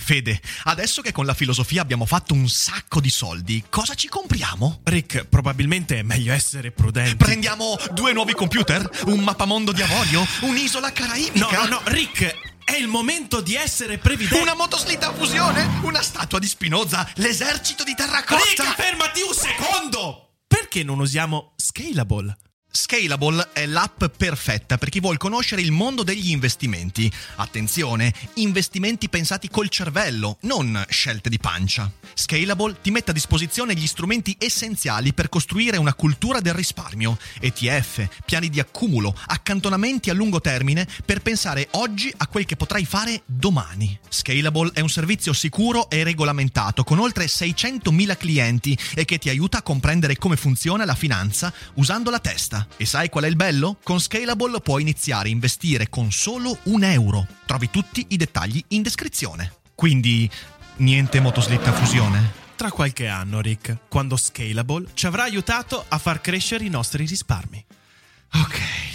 Fede, adesso che con la filosofia abbiamo fatto un sacco di soldi, cosa ci compriamo? Rick, probabilmente è meglio essere prudenti. Prendiamo 2 nuovi computer? Un mappamondo di avorio? Un'isola caraibica? No, Rick, è il momento di essere previdenti. Una motoslitta a fusione? Una statua di Spinoza? L'esercito di terracotta? Rick, fermati un secondo! Perché non usiamo Scalable? Scalable è l'app perfetta per chi vuol conoscere il mondo degli investimenti. Attenzione, investimenti pensati col cervello, non scelte di pancia. Scalable ti mette a disposizione gli strumenti essenziali per costruire una cultura del risparmio, ETF, piani di accumulo, accantonamenti a lungo termine per pensare oggi a quel che potrai fare domani. Scalable è un servizio sicuro e regolamentato con oltre 600.000 clienti e che ti aiuta a comprendere come funziona la finanza usando la testa. E sai qual è il bello? Con Scalable puoi iniziare a investire con solo €1. Trovi tutti i dettagli in descrizione. Quindi, niente motoslitta a fusione? Tra qualche anno, Rick, quando Scalable ci avrà aiutato a far crescere i nostri risparmi. Ok.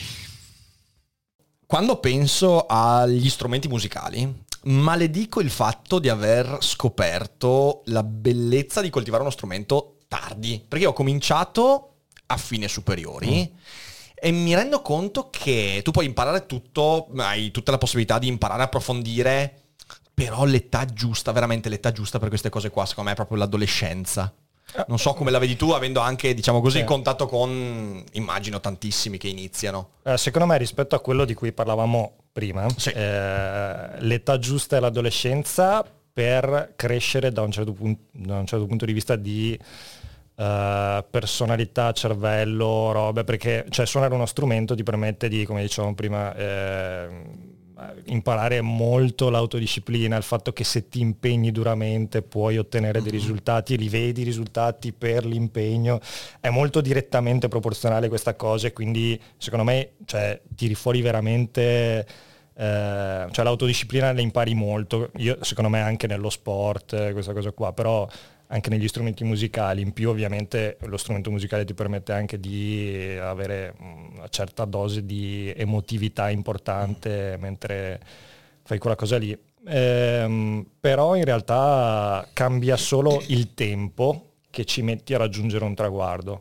Quando penso agli strumenti musicali, maledico il fatto di aver scoperto la bellezza di coltivare uno strumento tardi. Perché ho cominciato a fine superiori e mi rendo conto che tu puoi imparare tutto, hai tutta la possibilità di imparare a approfondire, però l'età giusta, veramente l'età giusta per queste cose qua, secondo me è proprio l'adolescenza. Non so come la vedi tu, avendo anche, diciamo così, contatto con, immagino, tantissimi che iniziano. Secondo me, rispetto a quello di cui parlavamo prima, Sì. l'età giusta è l'adolescenza per crescere da un certo punto di vista di personalità, cervello, robe, perché cioè suonare uno strumento ti permette di, come dicevamo prima, imparare molto l'autodisciplina, il fatto che se ti impegni duramente puoi ottenere dei risultati, li vedi i risultati per l'impegno, è molto direttamente proporzionale questa cosa, e quindi secondo me cioè tiri fuori veramente cioè l'autodisciplina la impari molto. Io secondo me anche nello sport questa cosa qua, però anche negli strumenti musicali. In più ovviamente lo strumento musicale ti permette anche di avere una certa dose di emotività importante mentre fai quella cosa lì, però in realtà cambia solo il tempo che ci metti a raggiungere un traguardo.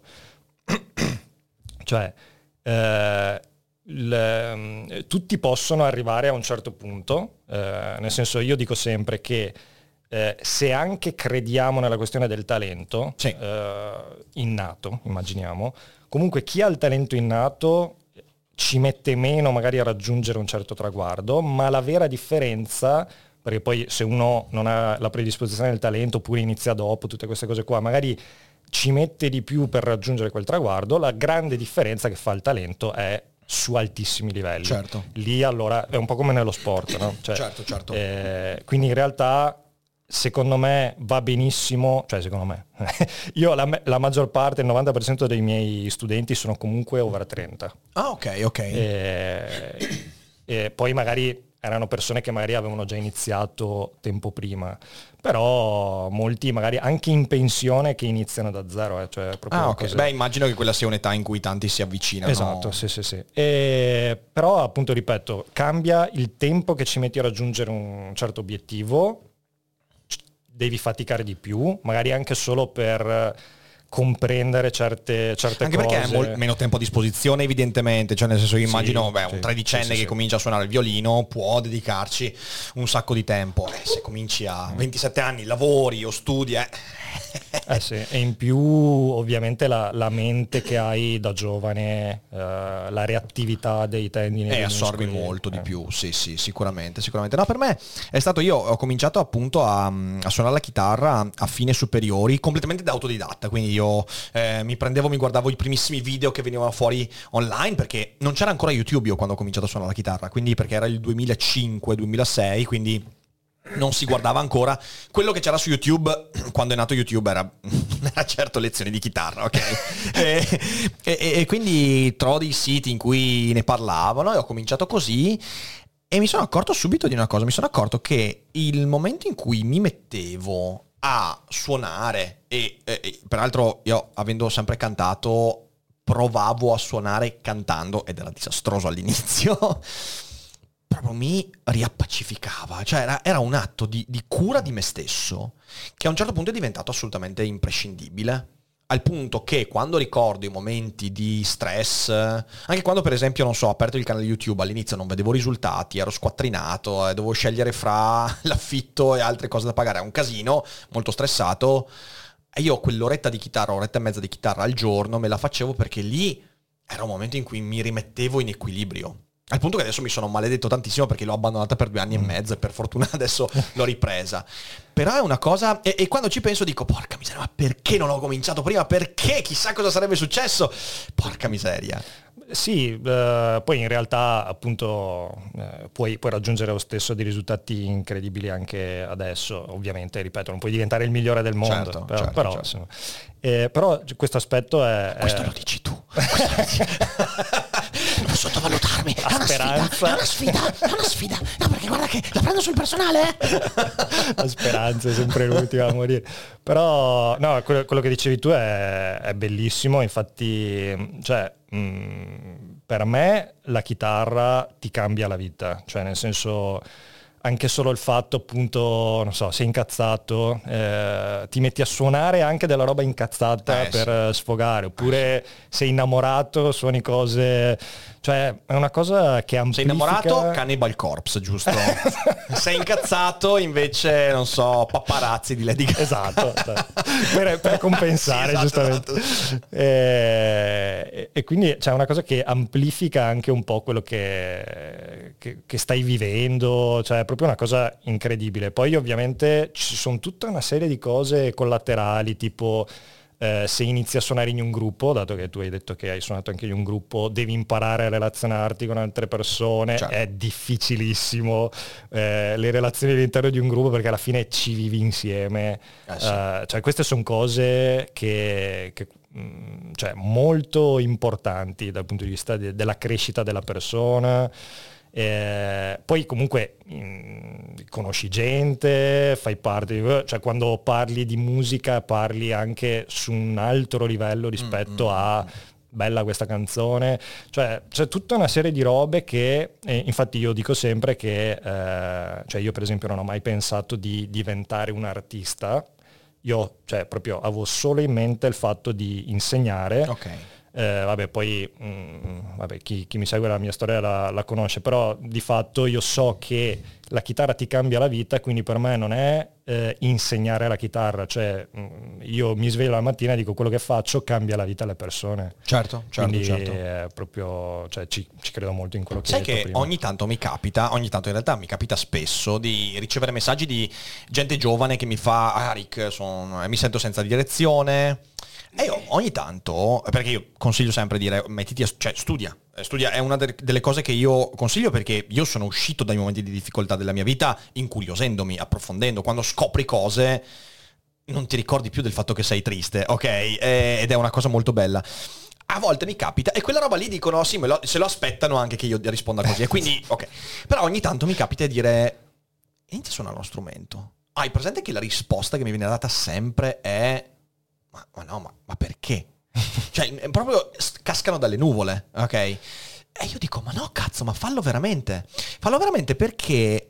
Cioè tutti possono arrivare a un certo punto, nel senso, io dico sempre che se anche crediamo nella questione del talento, sì, innato, immaginiamo, comunque chi ha il talento innato ci mette meno magari a raggiungere un certo traguardo, ma la vera differenza, perché poi se uno non ha la predisposizione del talento oppure inizia dopo, tutte queste cose qua, magari ci mette di più per raggiungere quel traguardo, la grande differenza che fa il talento è su altissimi livelli. Certo. Lì allora è un po' come nello sport, no? Cioè, certo. Quindi in realtà secondo me va benissimo, cioè secondo me, io la maggior parte, il 90% dei miei studenti sono comunque over 30. Ah, ok. E poi magari erano persone che magari avevano già iniziato tempo prima, però molti magari anche in pensione che iniziano da zero, cioè proprio ok. Beh, immagino che quella sia un'età in cui tanti si avvicinano. Esatto, sì. Però appunto ripeto, cambia il tempo che ci metti a raggiungere un certo obiettivo, devi faticare di più, magari anche solo per comprendere certe anche cose. Perché hai meno tempo a disposizione, evidentemente, cioè nel senso, io immagino un tredicenne che comincia a suonare il violino può dedicarci un sacco di tempo. Se cominci a 27 anni, lavori o studi, sì. E in più ovviamente la mente che hai da giovane, la reattività dei tendini e assorbi molto di più. Sì, sicuramente. No, per me è stato, io ho cominciato appunto a suonare la chitarra a fine superiori, completamente da autodidatta, quindi io mi guardavo i primissimi video che venivano fuori online, perché non c'era ancora YouTube io quando ho cominciato a suonare la chitarra, quindi perché era il 2005-2006, quindi non si guardava ancora. Quello che c'era su YouTube quando è nato YouTube era certo lezioni di chitarra, ok? e quindi trovo dei siti in cui ne parlavano e ho cominciato così, e mi sono accorto subito di una cosa. Mi sono accorto che il momento in cui mi mettevo a suonare e peraltro io, avendo sempre cantato, provavo a suonare cantando ed era disastroso all'inizio. proprio mi riappacificava, cioè era un atto di cura di me stesso che a un certo punto è diventato assolutamente imprescindibile. Al punto che quando ricordo i momenti di stress, anche quando per esempio, non so, ho aperto il canale YouTube, all'inizio non vedevo risultati, ero squattrinato, dovevo scegliere fra l'affitto e altre cose da pagare, è un casino, molto stressato, e io quell'oretta di chitarra, oretta e mezza di chitarra al giorno me la facevo perché lì era un momento in cui mi rimettevo in equilibrio. Al punto che adesso mi sono maledetto tantissimo perché l'ho abbandonata per 2 anni e mezzo e per fortuna adesso l'ho ripresa. Però è una cosa... E quando ci penso dico, porca miseria, ma perché non ho cominciato prima? Perché? Chissà cosa sarebbe successo? Porca miseria. Sì, poi in realtà appunto puoi raggiungere lo stesso di risultati incredibili anche adesso. Ovviamente, ripeto, non puoi diventare il migliore del mondo. Certo, però, certo. insomma, però questo aspetto è... Questo lo dici tu. Non sottovalutarmi. È una sfida. No, perché guarda che la prendo sul personale. La speranza è sempre l'ultima a morire. Però no, quello che dicevi tu è bellissimo. Infatti, cioè, per me la chitarra ti cambia la vita. Cioè, nel senso, anche solo il fatto, appunto, non so, sei incazzato, ti metti a suonare anche della roba incazzata per sfogare, oppure sei innamorato, suoni cose, cioè è una cosa che amplifica. Sei innamorato, Cannibal Corpse, giusto? Sei incazzato, invece, non so, Paparazzi di Lady Gaga. Esatto, per compensare, sì, esatto, giustamente. Esatto. E quindi c'è una cosa che amplifica anche un po' quello che stai vivendo, cioè è proprio una cosa incredibile. Poi ovviamente ci sono tutta una serie di cose collaterali, tipo se inizi a suonare in un gruppo, dato che tu hai detto che hai suonato anche in un gruppo, devi imparare a relazionarti con altre persone, certo. È difficilissimo le relazioni all'interno di un gruppo perché alla fine ci vivi insieme, sì. Cioè queste sono cose che cioè molto importanti dal punto di vista della crescita della persona. Poi comunque conosci gente, fai parte, cioè quando parli di musica parli anche su un altro livello rispetto a bella questa canzone, cioè c'è tutta una serie di robe che infatti io dico sempre che cioè io per esempio non ho mai pensato di diventare un artista, io cioè proprio avevo solo in mente il fatto di insegnare. Ok. Vabbè, poi chi mi segue la mia storia la conosce, però di fatto io so che la chitarra ti cambia la vita, quindi per me non è insegnare la chitarra, cioè io mi sveglio la mattina e dico quello che faccio cambia la vita alle persone. Certo. Quindi è proprio, cioè ci credo molto in quello che sai hai detto che prima. ogni tanto in realtà mi capita spesso di ricevere messaggi di gente giovane che mi fa Rick, mi sento senza direzione. E io ogni tanto, perché io consiglio sempre di dire studia, è una delle cose che io consiglio, perché io sono uscito dai momenti di difficoltà della mia vita incuriosendomi, approfondendo. Quando scopri cose non ti ricordi più del fatto che sei triste, ok? Ed è una cosa molto bella. A volte mi capita, e quella roba lì dicono sì, se lo aspettano anche che io risponda così, e quindi ok. Però ogni tanto mi capita di dire inizia a suonare uno strumento. Hai presente che la risposta che mi viene data sempre è ma perché? Cioè, proprio cascano dalle nuvole, ok? E io dico, ma no, cazzo, ma fallo veramente perché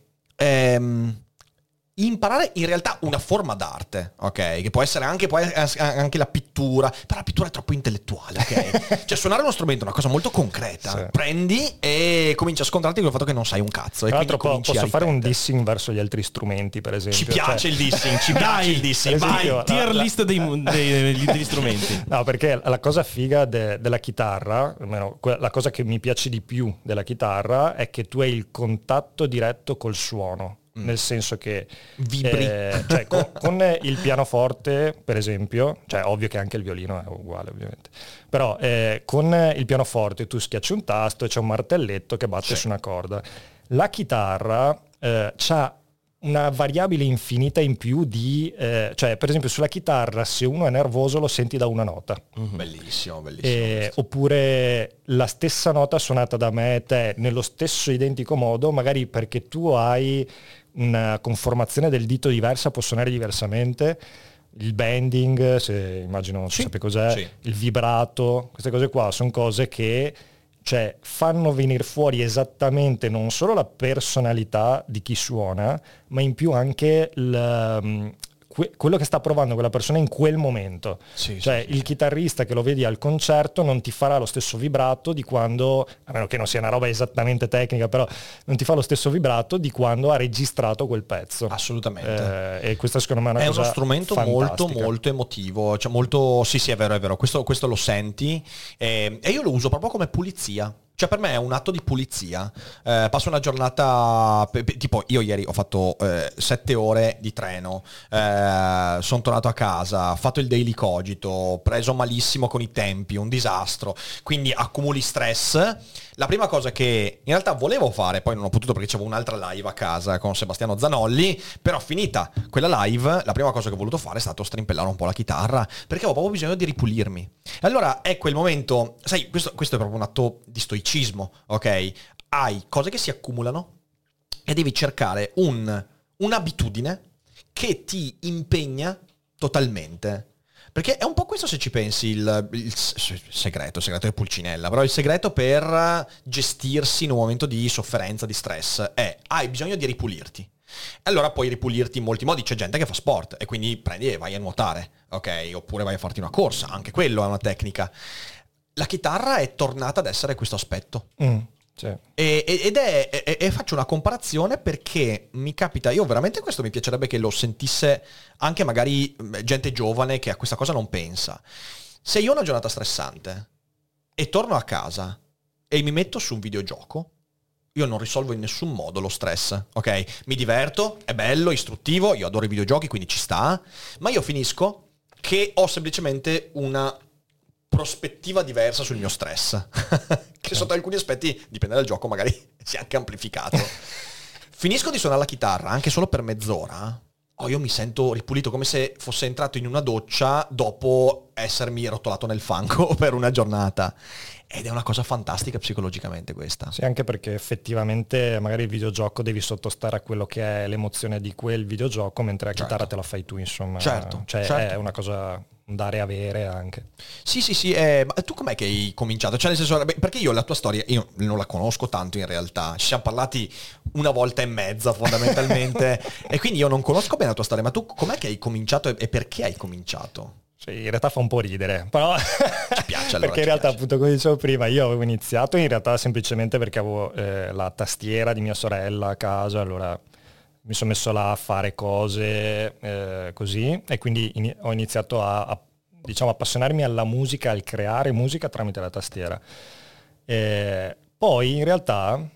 imparare in realtà una forma d'arte, ok? Che può essere anche la pittura, però la pittura è troppo intellettuale, ok? Cioè suonare uno strumento è una cosa molto concreta, sì. Prendi e cominci a scontrarti con il fatto che non sai un cazzo. Tra l'altro posso fare un dissing verso gli altri strumenti, per esempio. Ci piace il dissing, ci piace il dissing, vai! Tier list degli strumenti. No, perché la cosa figa della chitarra, almeno la cosa che mi piace di più della chitarra, è che tu hai il contatto diretto col suono. Nel senso che vibri, cioè con il pianoforte per esempio, cioè ovvio che anche il violino è uguale ovviamente, però con il pianoforte tu schiacci un tasto e c'è un martelletto che batte su una corda. La chitarra c'ha una variabile infinita in più di cioè per esempio sulla chitarra se uno è nervoso lo senti da una nota. Bellissimo. Oppure la stessa nota suonata da me e te nello stesso identico modo, magari perché tu hai una conformazione del dito diversa, può suonare diversamente. Il bending, se immagino non sapete cos'è, il vibrato, queste cose qua sono cose che cioè fanno venire fuori esattamente non solo la personalità di chi suona, ma in più anche quello che sta provando quella persona in quel momento. Cioè il chitarrista che lo vedi al concerto non ti farà lo stesso vibrato di quando, a meno che non sia una roba esattamente tecnica, però non ti fa lo stesso vibrato di quando ha registrato quel pezzo. Assolutamente. E questo secondo me è uno strumento molto molto emotivo, cioè molto, sì è vero, questo lo senti, e io lo uso proprio come pulizia. Cioè per me è un atto di pulizia. Passo una giornata, tipo io ieri ho fatto 7 ore di treno, sono tornato a casa, ho fatto il daily cogito, preso malissimo con i tempi, un disastro, quindi accumuli stress. La prima cosa che in realtà volevo fare, poi non ho potuto perché c'avevo un'altra live a casa con Sebastiano Zanolli, però finita quella live, la prima cosa che ho voluto fare è stato strimpellare un po' la chitarra, perché avevo proprio bisogno di ripulirmi. E allora è quel momento, sai, questo è proprio un atto di stoicismo, ok? Hai cose che si accumulano e devi cercare un'abitudine che ti impegna totalmente. Perché è un po' questo, se ci pensi, il segreto è Pulcinella, però il segreto per gestirsi in un momento di sofferenza, di stress, è hai bisogno di ripulirti. Allora puoi ripulirti in molti modi, c'è gente che fa sport e quindi prendi e vai a nuotare, ok? Oppure vai a farti una corsa, anche quello è una tecnica. La chitarra è tornata ad essere questo aspetto. Sì. E faccio una comparazione perché mi capita, io veramente questo mi piacerebbe che lo sentisse anche magari gente giovane che a questa cosa non pensa. Se io ho una giornata stressante e torno a casa e mi metto su un videogioco, io non risolvo in nessun modo lo stress, ok? Mi diverto, è bello, istruttivo, io adoro i videogiochi, quindi ci sta, ma io finisco che ho semplicemente una prospettiva diversa sul mio stress che sotto alcuni aspetti, dipende dal gioco, magari si è anche amplificato. Finisco di suonare la chitarra anche solo per mezz'ora, io mi sento ripulito, come se fosse entrato in una doccia dopo essermi rotolato nel fango per una giornata, ed è una cosa fantastica psicologicamente questa. Sì, anche perché effettivamente magari il videogioco devi sottostare a quello che è l'emozione di quel videogioco, mentre la chitarra te la fai tu, insomma. Certo. È una cosa, un dare e avere anche. Sì, ma tu com'è che hai cominciato? Cioè nel senso, perché io la tua storia, io non la conosco tanto in realtà, ci siamo parlati una volta e mezza fondamentalmente e quindi io non conosco bene la tua storia, ma tu com'è che hai cominciato e perché hai cominciato? Sì, in realtà fa un po' ridere, però ci piace allora. Perché in realtà appunto, come dicevo prima, io avevo iniziato in realtà semplicemente perché avevo la tastiera di mia sorella a casa, allora mi sono messo là a fare cose così, e quindi ho iniziato a appassionarmi alla musica, al creare musica tramite la tastiera. Poi in realtà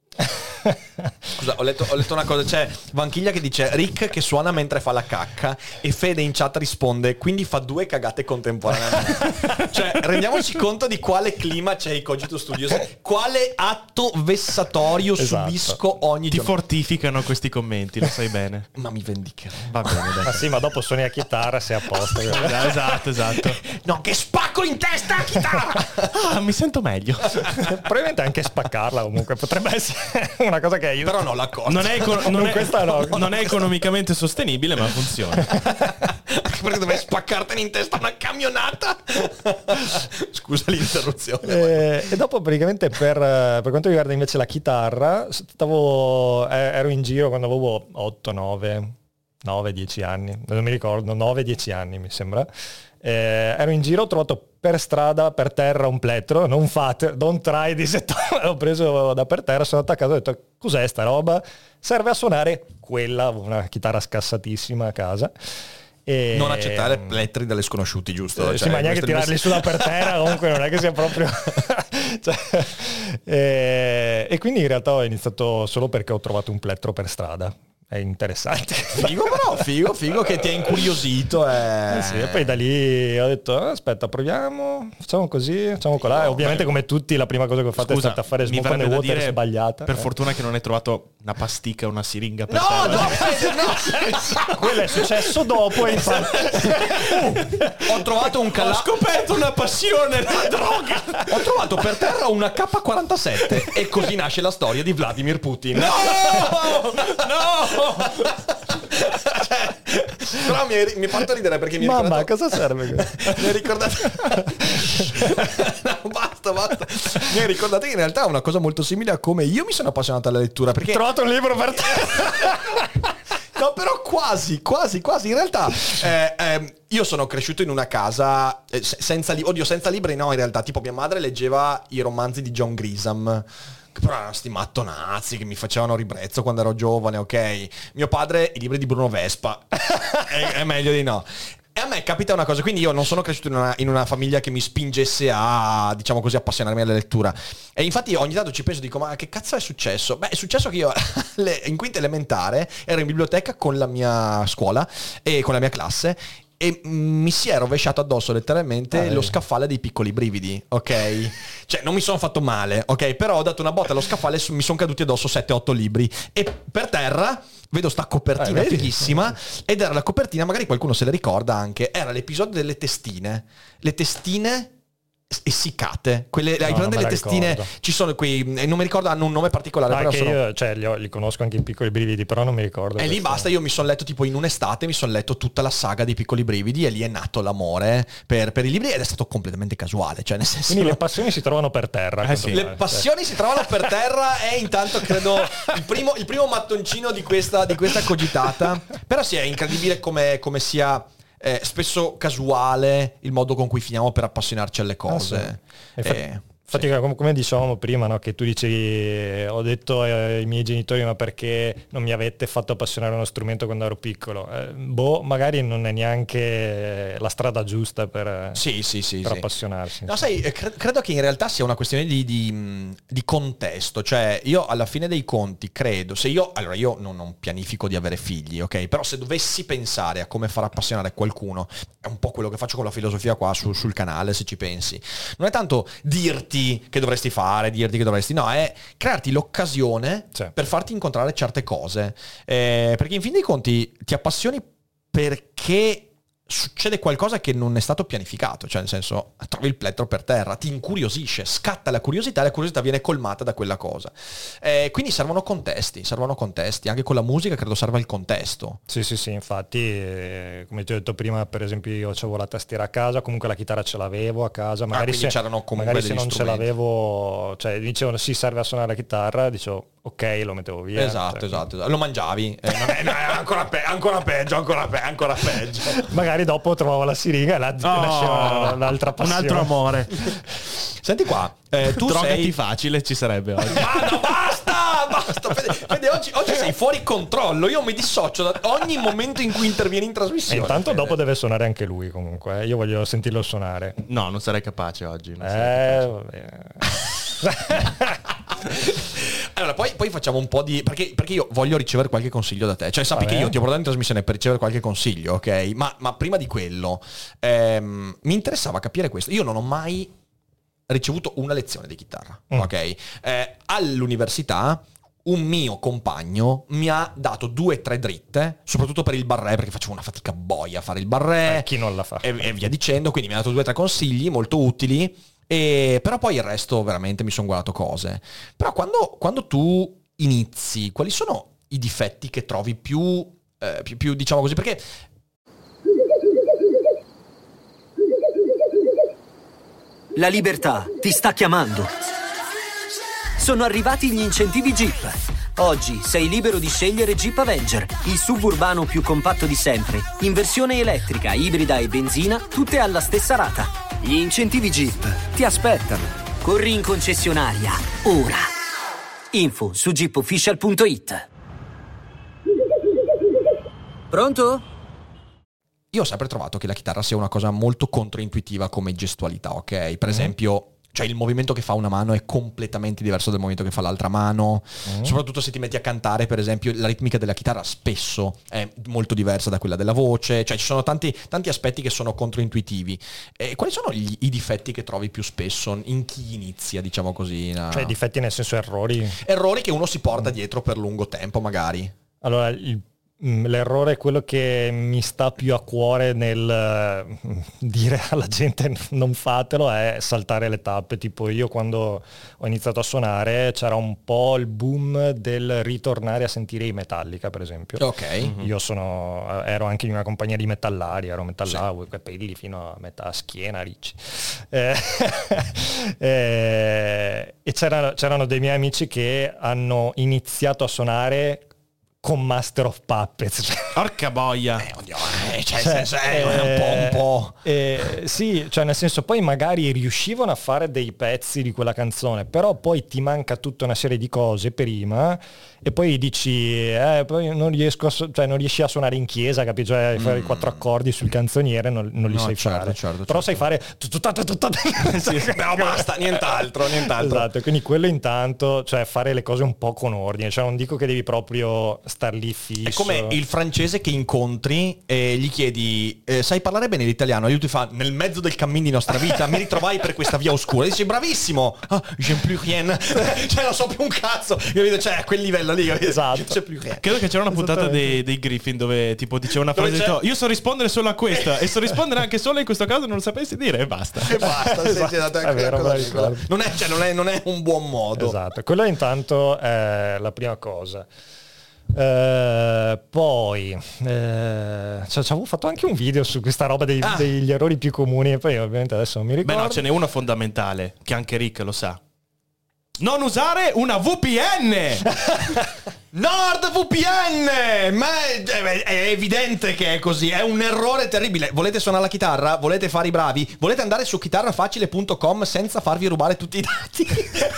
scusa, ho letto una cosa, c'è Vanchiglia che dice Rick che suona mentre fa la cacca e Fede in chat risponde quindi fa 2 cagate contemporaneamente. Cioè rendiamoci conto di quale clima c'è i Cogito Studios, quale atto vessatorio subisco ogni Ti giorno. fortificano questi commenti, lo sai bene. Ma mi vendicherò. Va bene, dai. ma sì, ma dopo suoni a chitarra, sei a posto. Esatto. No, che spacco in testa la chitarra. Mi sento meglio. Probabilmente anche spaccarla, comunque potrebbe essere una cosa che aiuta. Però no, la cosa Non è economicamente sostenibile, ma funziona. Perché dovrei spaccartene in testa una camionata. Scusa l'interruzione. E dopo praticamente per quanto riguarda invece la chitarra, ero in giro quando avevo 9-10 anni, non mi ricordo, 9-10 anni mi sembra. Ero in giro, ho trovato per strada, per terra un plettro, don't try this at all. L'ho preso da per terra, sono andato a casa e ho detto cos'è sta roba? Serve a suonare quella, una chitarra scassatissima a casa. Non accettare plettri dalle sconosciuti, giusto? Sì, ma neanche tirarli su da per terra, comunque non è che sia proprio e quindi in realtà ho iniziato solo perché ho trovato un plettro per strada. È interessante. Figo che ti ha incuriosito. Sì, e poi da lì ho detto aspetta, proviamo, facciamo così, facciamo colà. E ovviamente come tutti la prima cosa che ho fatto è stata fare Smoke on the Water sbagliata. Per fortuna che non hai trovato una pasticca, una siringa per No. Quello è successo dopo, infatti. Ho trovato un Ho scoperto una passione, la droga. Ho trovato per terra una K47 e così nasce la storia di Vladimir Putin. No! Però mi hai fatto ridere perché mi hai Mamma, ricordato... cosa serve questo? Mi hai ricordato... No, basta. Mi hai ricordato che in realtà è una cosa molto simile a come io mi sono appassionato alla lettura, perché... Ho trovato un libro per te. No, però quasi. In realtà io sono cresciuto in una casa senza libri no, in realtà. Tipo mia madre leggeva i romanzi di John Grisham, che però erano sti mattonazzi che mi facevano ribrezzo quando ero giovane, ok? Mio padre i libri di Bruno Vespa. è meglio di no. E a me capita una cosa, quindi io non sono cresciuto in una famiglia che mi spingesse a, diciamo così, appassionarmi alla lettura. E infatti ogni tanto ci penso, dico, ma che cazzo è successo? Beh, è successo che io in quinta elementare ero in biblioteca con la mia scuola e con la mia classe e mi si è rovesciato addosso letteralmente lo scaffale dei Piccoli Brividi, ok? Cioè non mi sono fatto male, ok? Però ho dato una botta allo scaffale e mi sono caduti addosso 7-8 libri e per terra vedo sta copertina fighissima ed era la copertina, magari qualcuno se la ricorda anche, era l'episodio delle testine, le testine essiccate, quelle, hai presente le testine, ricordo. Ci sono quei, non mi ricordo, hanno un nome particolare, però che sono... io, cioè, li conosco anche i Piccoli Brividi, però non mi ricordo. E lì basta, io mi sono letto tipo in un'estate, mi sono letto tutta la saga dei Piccoli Brividi e lì è nato l'amore per i libri ed è stato completamente casuale, cioè nel senso... Quindi le passioni si trovano per terra. Sì. Le passioni si trovano per terra e intanto credo il primo mattoncino di questa cogitata, però sì, è incredibile come sia... spesso casuale il modo con cui finiamo per appassionarci alle cose. Infatti come dicevamo prima, no, che tu dicevi ho detto ai miei genitori ma perché non mi avete fatto appassionare a uno strumento quando ero piccolo, magari non è neanche la strada giusta per appassionarsi. No, sai, credo che in realtà sia una questione di contesto, cioè io alla fine dei conti credo, io non pianifico di avere figli, ok? Però se dovessi pensare a come far appassionare qualcuno, è un po' quello che faccio con la filosofia qua sul canale, se ci pensi. Non è tanto dirti che dovresti fare, dirti che dovresti... No, è crearti l'occasione per farti incontrare certe cose. Perché in fin dei conti ti appassioni perché succede qualcosa che non è stato pianificato, cioè nel senso trovi il plettro per terra, ti incuriosisce, scatta la curiosità e la curiosità viene colmata da quella cosa. Quindi servono contesti, anche con la musica credo serva il contesto. Sì, infatti come ti ho detto prima, per esempio io avevo la tastiera a casa, comunque la chitarra ce l'avevo a casa, magari c'erano comunque magari se non strumenti. Ce l'avevo, cioè dicevano sì, serve a suonare la chitarra, dicevo ok, lo mettevo via. Esatto. Lo mangiavi. Ancora peggio. Magari dopo trovavo la siringa e nasceva l'altra passione. Un altro amore. Senti qua, tu drogati facile ci sarebbe oggi. Ma no, basta. Fede, oggi sei fuori controllo. Io mi dissocio da ogni momento in cui intervieni in trasmissione. E intanto dopo deve suonare anche lui comunque. Io voglio sentirlo suonare. No, non sarei capace oggi. Vabbè. Allora, poi facciamo un po' di... Perché io voglio ricevere qualche consiglio da te. Cioè, sappi che io ti ho portato in trasmissione per ricevere qualche consiglio, ok? Ma prima di quello, mi interessava capire questo. Io non ho mai ricevuto una lezione di chitarra, ok? All'università un mio compagno mi ha dato 2 o 3 dritte, soprattutto per il barré, perché facevo una fatica boia a fare il barré. Chi non la fa? E via dicendo, quindi mi ha dato 2 o 3 consigli molto utili. Però poi il resto veramente mi sono guardato cose. Però quando tu inizi, quali sono i difetti che trovi più diciamo così, perché la libertà ti sta chiamando. Sono arrivati gli incentivi Jeep. Oggi sei libero di scegliere Jeep Avenger, il suburbano più compatto di sempre, in versione elettrica, ibrida e benzina, tutte alla stessa rata. Gli incentivi Jeep ti aspettano. Corri in concessionaria, ora. Info su jeepofficial.it. Pronto? Io ho sempre trovato che la chitarra sia una cosa molto controintuitiva come gestualità, ok? Per esempio... Cioè il movimento che fa una mano è completamente diverso dal movimento che fa l'altra mano. Soprattutto se ti metti a cantare, per esempio, la ritmica della chitarra spesso è molto diversa da quella della voce. Cioè ci sono tanti aspetti che sono controintuitivi. Quali sono i difetti che trovi più spesso in chi inizia, diciamo così? Cioè difetti nel senso errori? Errori che uno si porta dietro per lungo tempo magari. Allora, il l'errore è quello che mi sta più a cuore nel dire alla gente non fatelo, è saltare le tappe. Tipo io quando ho iniziato a suonare c'era un po' il boom del ritornare a sentire i Metallica, per esempio. Ok. Io ero anche in una compagnia di metallari, ero metallaro, i capelli fino a metà schiena, ricci. E c'erano dei miei amici che hanno iniziato a suonare con Master of Puppets. Porca boia. Un po'. Sì, cioè nel senso, poi magari riuscivano a fare dei pezzi di quella canzone, però poi ti manca tutta una serie di cose prima e poi dici poi non riesci a suonare in chiesa, capi? Cioè fare i 4 accordi sul canzoniere non li sai fare. Però sai fare No, basta, nient'altro. Esatto, quindi quello intanto, cioè fare le cose un po' con ordine, cioè non dico che devi proprio star lì fisso. È come il francese che incontri e gli chiedi sai parlare bene l'italiano? E lui ti fa: nel mezzo del cammin di nostra vita mi ritrovai per questa via oscura. E dici: bravissimo, j'aime plus rien. Cioè non so più un cazzo. Io vedo, cioè a quel livello lì, esatto. C'è più rien. Credo che c'era una puntata dei Griffin dove tipo diceva una frase tipo, io so rispondere solo a questa e so rispondere anche solo in questo caso non lo sapessi dire e basta. E basta. È vero, non è un buon modo. Esatto, quello intanto è la prima cosa. Poi avevo fatto anche un video su questa roba degli errori più comuni e poi ovviamente adesso non mi ricordo. Beh no, ce n'è uno fondamentale che anche Rick lo sa: non usare una VPN. NordVPN! Ma è evidente che è così, è un errore terribile. Volete suonare la chitarra? Volete fare i bravi? Volete andare su chitarrafacile.com senza farvi rubare tutti i dati?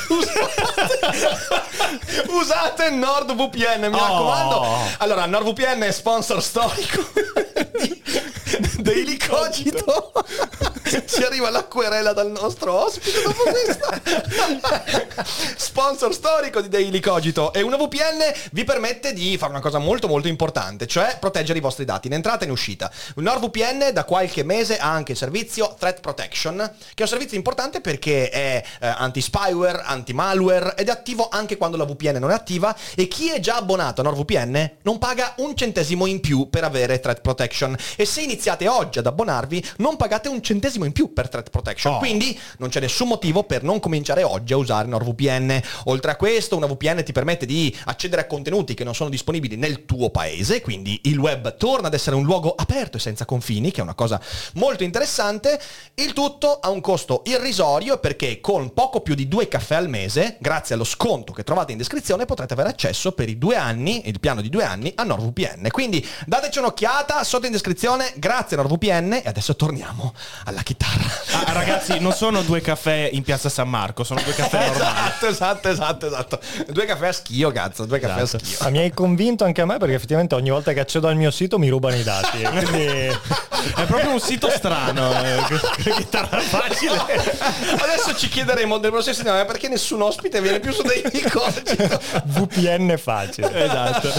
Usate NordVPN, mi raccomando. Allora, NordVPN è sponsor storico Daily Cogito. Ci arriva la querela dal nostro ospite dopo questa. Sponsor storico di Daily Cogito. E una VPN vi permette di fare una cosa molto molto importante, cioè proteggere i vostri dati in entrata e in uscita. NordVPN da qualche mese ha anche il servizio Threat Protection, che è un servizio importante perché è anti-spyware, anti-malware ed è attivo anche quando la VPN non è attiva, e chi è già abbonato a NordVPN non paga un centesimo in più per avere Threat Protection, e se iniziate oggi ad abbonarvi non pagate un centesimo in più per Threat Protection, quindi non c'è nessun motivo per non cominciare oggi a usare NordVPN. Oltre a questo, una VPN ti permette di accedere a contenuti che non sono disponibili nel tuo paese, quindi il web torna ad essere un luogo aperto e senza confini, che è una cosa molto interessante. Il tutto a un costo irrisorio, perché con poco più di 2 caffè al mese, grazie allo sconto che trovate in descrizione, potrete avere accesso per i 2 anni, il piano di 2 anni, a NordVPN. Quindi dateci un'occhiata sotto in descrizione. Grazie NordVPN, e adesso torniamo alla chitarra. Ragazzi, non sono 2 caffè in piazza San Marco, sono 2 caffè normali. Esatto. 2 caffè a schio, cazzo, 2 caffè a schio. Ma mi hai convinto anche a me, perché effettivamente ogni volta che accedo al mio sito mi rubano i dati. Quindi è proprio un sito strano. Chitarra facile. Adesso ci chiederemo del prossimo settimana perché nessun ospite viene più su dei Cogito. VPN facile. Esatto.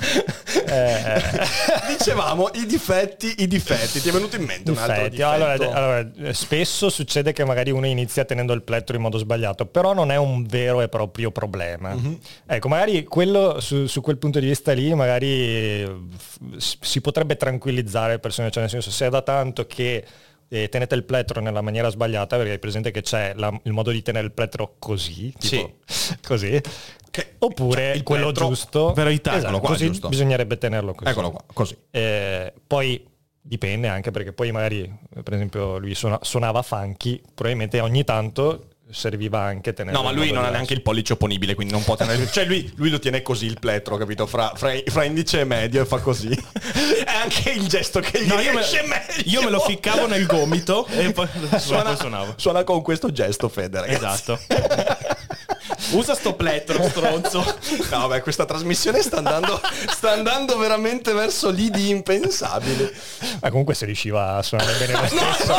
Dicevamo i difetti. Ti è venuto in mente un altro difetto? Allora, spesso succede che magari uno inizia tenendo il plettro in modo sbagliato, però non è un vero e proprio problema. Ecco, magari quello su quel punto di vista lì magari si potrebbe tranquillizzare le persone, cioè nel senso, se è da tanto che tenete il plettro nella maniera sbagliata, perché hai presente che c'è il modo di tenere il plettro così, tipo, così, oppure il quello plettro, giusto, verità, esatto, qua, così giusto. bisognerebbe tenerlo così. Eccolo qua, così. Poi dipende anche, perché poi magari, per esempio, lui suonava funky, probabilmente ogni tanto serviva anche tenere. No, ma lui non ha neanche il pollice opponibile, quindi non può tenere. Cioè lui lo tiene così il plettro, capito? Fra indice e medio, e fa così. È anche il gesto che gli riesce meglio. Io me lo ficcavo nel gomito e poi suonavo. Suona con questo gesto, Fede, ragazzi. Esatto. Usa sto plettro, stronzo. No, beh, questa trasmissione sta andando veramente verso lidi impensabili. Ma comunque se riusciva a suonare bene lo stesso.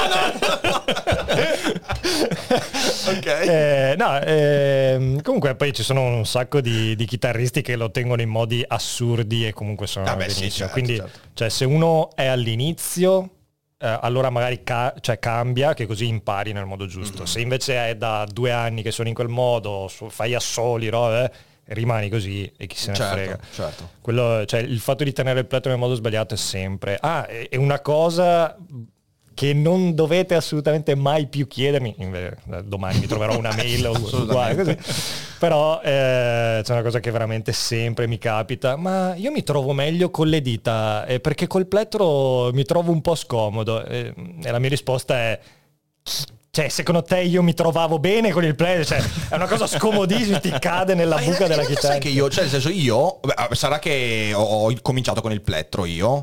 Ok. Comunque poi ci sono un sacco di chitarristi che lo tengono in modi assurdi e comunque suonano benissimo. Sì, certo, quindi certo. Cioè, se uno è all'inizio, allora magari cambia, che così impari nel modo giusto. Se invece è da 2 anni che suoni in quel modo, fai assoli, rimani così e chi se ne frega. Certo. Quello, cioè, il fatto di tenere il plettro nel modo sbagliato è sempre... è una cosa che non dovete assolutamente mai più chiedermi, domani mi troverò una mail uguale così, però c'è una cosa che veramente sempre mi capita, ma io mi trovo meglio con le dita perché col plettro mi trovo un po' scomodo e la mia risposta è: cioè, secondo te io mi trovavo bene con il plettro? Cioè, è una cosa scomodissima, ti cade nella buca della chitarra. Sai che io, cioè nel senso sarà che ho cominciato con il plettro io,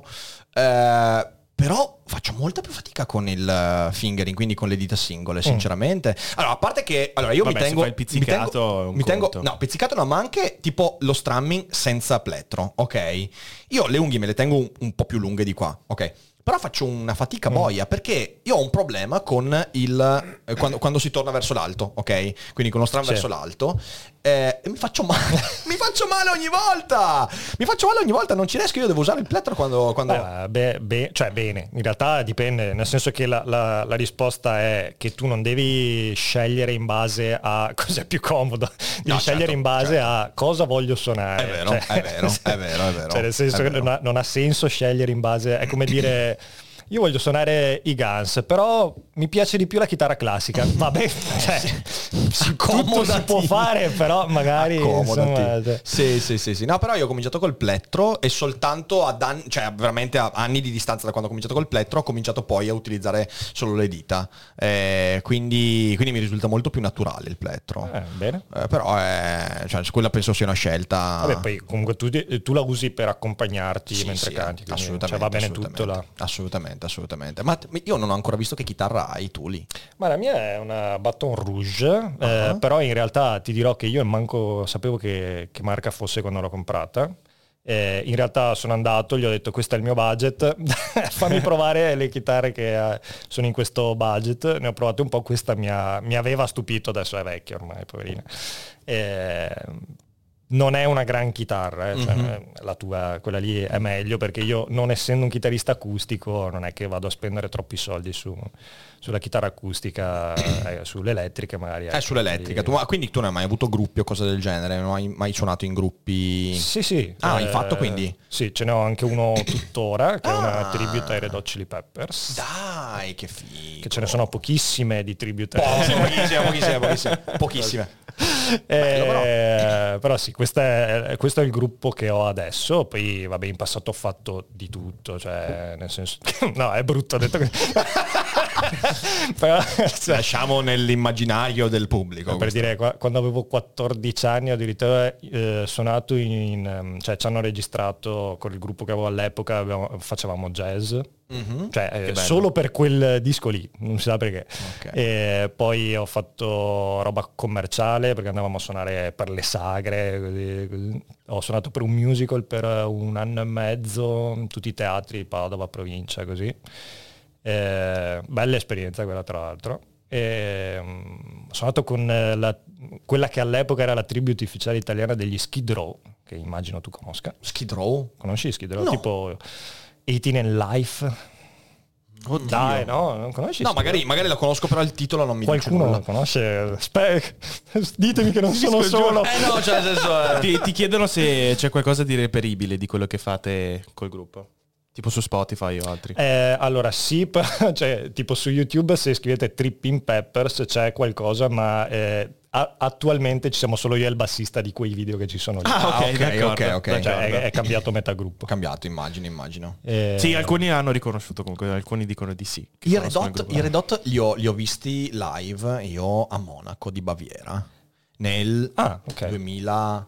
però faccio molta più fatica con il fingering, quindi con le dita singole, sinceramente. Allora, a parte che io Vabbè, mi tengo... se fai il pizzicato no, pizzicato no, ma anche tipo lo strumming senza plettro, ok? Io le unghie me le tengo un po' più lunghe di qua, ok? Però faccio una fatica boia, perché io ho un problema con quando si torna verso l'alto, ok? Quindi con lo strum verso l'alto, e mi faccio male. Mi faccio male ogni volta. Non ci riesco, io devo usare il plettro quando... Cioè bene, in realtà dipende, nel senso che la risposta è che tu non devi scegliere in base a cosa è più comodo, devi scegliere in base a cosa voglio suonare. È vero, è vero. Cioè, nel senso che non ha senso scegliere in base, è come dire... Io voglio suonare i Guns, però mi piace di più la chitarra classica. Vabbè, cioè, tutto si può fare, però magari... Accomodati. Sì. No, però io ho cominciato col plettro e soltanto veramente a anni di distanza da quando ho cominciato col plettro, ho cominciato poi a utilizzare solo le dita. Quindi mi risulta molto più naturale il plettro. Bene. Però quella penso sia una scelta... Vabbè, poi comunque tu la usi per accompagnarti mentre canti. Assolutamente. Cioè, va bene tutto là. Assolutamente. Ma io non ho ancora visto che chitarra hai tu lì. Ma la mia è una Baton Rouge, però in realtà ti dirò che io manco sapevo che marca fosse quando l'ho comprata. In realtà sono andato, gli ho detto: questo è il mio budget, fammi provare le chitarre che sono in questo budget. Ne ho provate un po', questa mi aveva stupito, adesso è vecchia ormai, poverina. Non è una gran chitarra, cioè, la tua, quella lì è meglio, perché io, non essendo un chitarrista acustico, non è che vado a spendere troppi soldi sulla chitarra acustica, sulle elettriche magari. Sull'elettrica. Quindi tu non hai mai avuto gruppi o cose del genere? Non hai mai suonato in gruppi? Sì. Hai fatto quindi? Sì, ce ne ho anche uno tuttora, che è una tribute ai Red Hot Chili Peppers. Dai, che figo. Che ce ne sono pochissime di tribute. Pochissime. Però sì, questo è il gruppo che ho adesso. Poi vabbè, in passato ho fatto di tutto, cioè nel senso no, è brutto detto così. Però, lasciamo nell'immaginario del pubblico. Per dire, quando avevo 14 anni addirittura suonato cioè ci hanno registrato con il gruppo che avevo all'epoca, facevamo jazz. Cioè solo per quel disco lì, non si sa perché. E poi ho fatto roba commerciale perché andavamo a suonare per le sagre, così. Ho suonato per un musical per 1 anno e mezzo in tutti i teatri di Padova, provincia, così. Bella esperienza quella, tra l'altro. Ho suonato con quella che all'epoca era la tribute ufficiale italiana degli Skid Row, che immagino tu conosca. Skid Row? Conosci Skid Row? No. Tipo 18 and Life. Oddio. Dai, no, non conosci? No, magari la conosco, però il titolo non mi dice qualcuno nulla. lo conosce? Ditemi che non sono solo. No, cioè nel senso, ti chiedono se c'è qualcosa di reperibile di quello che fate col gruppo, tipo su Spotify o altri. Allora sì, cioè, tipo su YouTube se scrivete Tripping Peppers c'è qualcosa, ma attualmente ci siamo solo io e il bassista di quei video che ci sono lì. Ok. Cioè, è cambiato metà gruppo. Cambiato, immagino. Sì, alcuni hanno riconosciuto, comunque alcuni dicono di sì. I Red Hot li ho visti live io a Monaco di Baviera nel 2003-2004.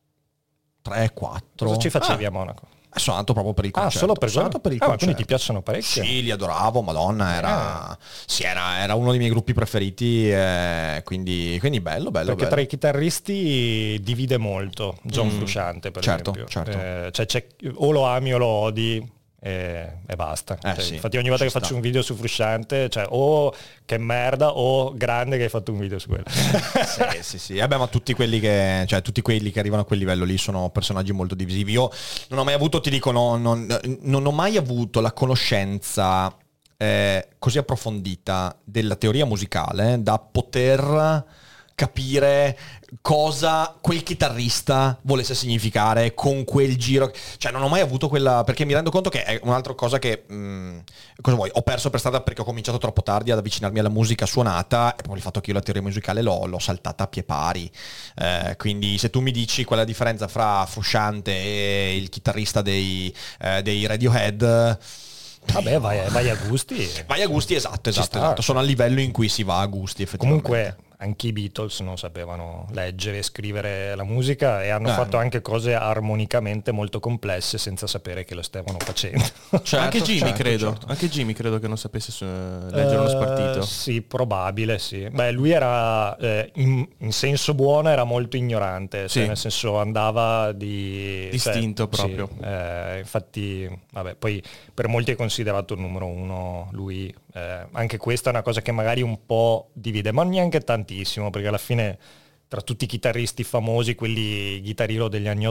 Cosa ci facevi a Monaco? Sono andato proprio per il concerto. Solo per il concerto. Quindi ti piacciono parecchio? Sì, li adoravo, Madonna, era uno dei miei gruppi preferiti, quindi bello. Perché tra i chitarristi divide molto John Frusciante, per esempio. Certo. Cioè, o lo ami o lo odi. E basta. Sì, infatti ogni volta che faccio un video su Frusciante, cioè o che merda o grande che hai fatto un video su quello. Sì. Vabbè, ma tutti quelli che arrivano a quel livello lì sono personaggi molto divisivi. Io non ho mai avuto, ti dico, non ho mai avuto la conoscenza così approfondita della teoria musicale da poter capire cosa quel chitarrista volesse significare con quel giro. Cioè non ho mai avuto quella, perché mi rendo conto che è un'altra cosa che cosa vuoi, ho perso per strada perché ho cominciato troppo tardi ad avvicinarmi alla musica suonata, e poi il fatto che io la teoria musicale l'ho saltata a pie pari, quindi se tu mi dici qual è la differenza fra Frusciante e il chitarrista dei Radiohead, Vabbè, vai a gusti. Vai a gusti, esatto. Sono al livello in cui si va a gusti, effettivamente. Comunque anche i Beatles non sapevano leggere e scrivere la musica, e hanno fatto anche cose armonicamente molto complesse senza sapere che lo stavano facendo. Certo, anche Jimmy credo che non sapesse leggere uno spartito. Sì, probabile, sì. Beh, lui era in senso buono era molto ignorante, sì. Nel senso andava distinto proprio. Sì, infatti, vabbè, poi per molti è considerato il numero uno lui. Anche questa è una cosa che magari un po' divide, ma neanche tantissimo, perché alla fine tra tutti i chitarristi famosi, quelli chitarrino degli anni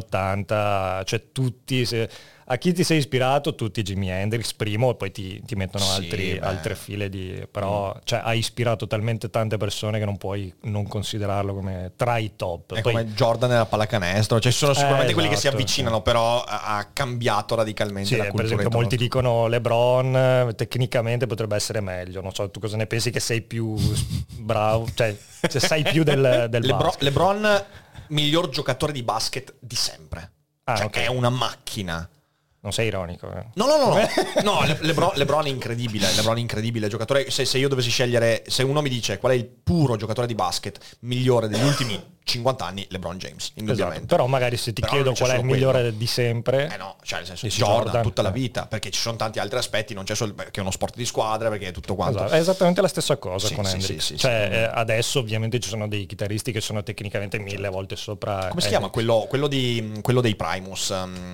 80, cioè tutti, a chi ti sei ispirato? Tutti Jimi Hendrix primo, e poi ti mettono altre file di... Però cioè, ha ispirato talmente tante persone che non puoi non considerarlo come tra i top. È poi, come Jordan nella pallacanestro, cioè ci sono sicuramente quelli che si esatto, avvicinano, però ha cambiato radicalmente la cultura. Per esempio molti dicono LeBron tecnicamente potrebbe essere meglio, non so, tu cosa ne pensi, che sei più bravo, cioè se sai più del basket. LeBron miglior giocatore di basket di sempre, okay. È una macchina. Non sei ironico? No. No, LeBron è incredibile giocatore. Se io dovessi scegliere, se uno mi dice qual è il puro giocatore di basket migliore degli ultimi 50 anni, LeBron James, indubbiamente. Esatto. Però magari se ti chiedo qual è il migliore di sempre, no, cioè nel senso Jordan tutta la vita, perché ci sono tanti altri aspetti, non c'è solo perché è uno sport di squadra, perché è tutto quanto. Esatto. È esattamente la stessa cosa con Hendrix. Sì, adesso ovviamente ci sono dei chitarristi che sono tecnicamente 1000 volte sopra. Come si chiama quello dei Primus?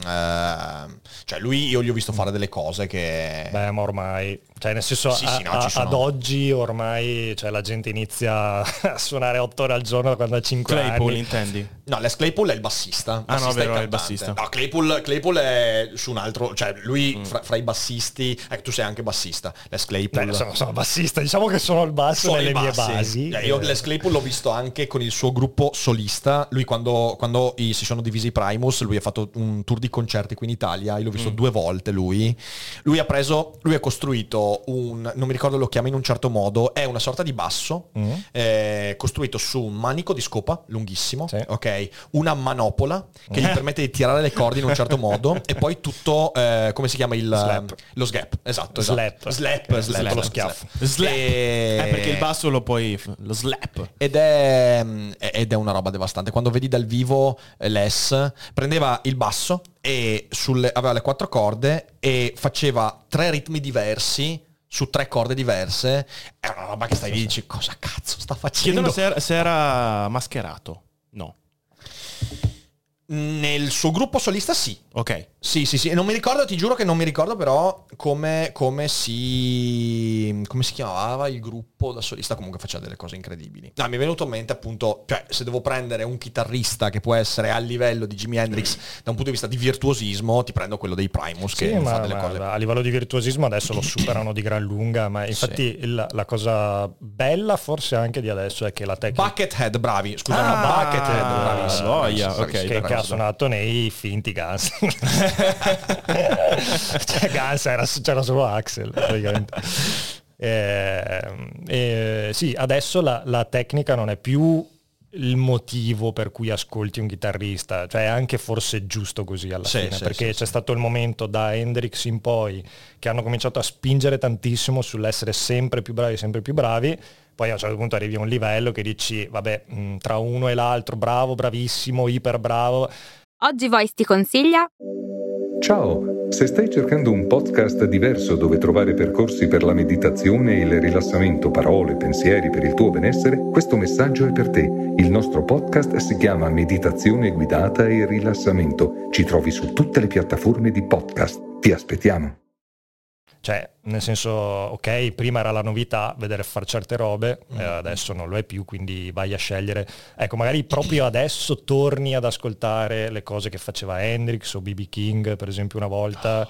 Cioè lui, io gli ho visto fare delle cose che... Beh, ma ormai, cioè nel senso ad oggi ormai, cioè, la gente inizia a suonare 8 ore al giorno quando ha 5 Claypool, anni. intendi? No, Les Claypool è il bassista. Vero, è il bassista. No, Claypool è su un altro, cioè lui fra i bassisti, tu sei anche bassista. Les Claypool. Sono bassista, diciamo che sono il basso nelle mie basi. Io Les Claypool l'ho visto anche con il suo gruppo solista. Lui quando si sono divisi i Primus, lui ha fatto un tour di concerti qui in Italia, io l'ho visto 2 volte lui ha costruito non mi ricordo lo chiama in un certo modo, è una sorta di basso costruito su un manico di scopa lunghissimo, ok, una manopola che gli permette di tirare le corde in un certo modo, e poi tutto come si chiama lo slap, esatto. Slap, lo schiaffo. Perché il basso lo slap, ed è una roba devastante. Quando vedi dal vivo Les prendeva il basso e aveva le 4 corde e faceva 3 ritmi diversi su 3 corde diverse. È una roba che stai lì e dici cosa cazzo sta facendo. Chiedono se era mascherato. No. Nel suo gruppo solista sì. Ok. Sì. Non mi ricordo, ti giuro che non mi ricordo però come si chiamava il gruppo da solista. Comunque faceva delle cose incredibili. No, mi è venuto in mente appunto, cioè se devo prendere un chitarrista che può essere a livello di Jimi Hendrix da un punto di vista di virtuosismo, ti prendo quello dei Primus che fa delle cose. A livello di virtuosismo adesso lo superano di gran lunga, ma infatti la cosa bella forse anche di adesso è che la tecnica... Buckethead, bravi, scusa, Buckethead, bravissimo. Ok, che ha suonato nei finti Guns. Cioè Guns c'era solo Axel praticamente. Sì, adesso la tecnica non è più il motivo per cui ascolti un chitarrista, cioè è anche forse giusto così alla fine, perché c'è stato il momento da Hendrix in poi che hanno cominciato a spingere tantissimo sull'essere sempre più bravi. Poi a un certo punto arrivi a un livello che dici vabbè, tra uno e l'altro bravo, bravissimo, iper bravo. Oggi Voice ti consiglia... Ciao, se stai cercando un podcast diverso dove trovare percorsi per la meditazione e il rilassamento, parole, pensieri per il tuo benessere, questo messaggio è per te. Il nostro podcast si chiama Meditazione guidata e rilassamento. Ci trovi su tutte le piattaforme di podcast. Ti aspettiamo. Cioè, nel senso, ok, prima era la novità vedere fare certe robe, adesso non lo è più, quindi vai a scegliere. Ecco, magari proprio adesso torni ad ascoltare le cose che faceva Hendrix o B.B. King, per esempio, una volta,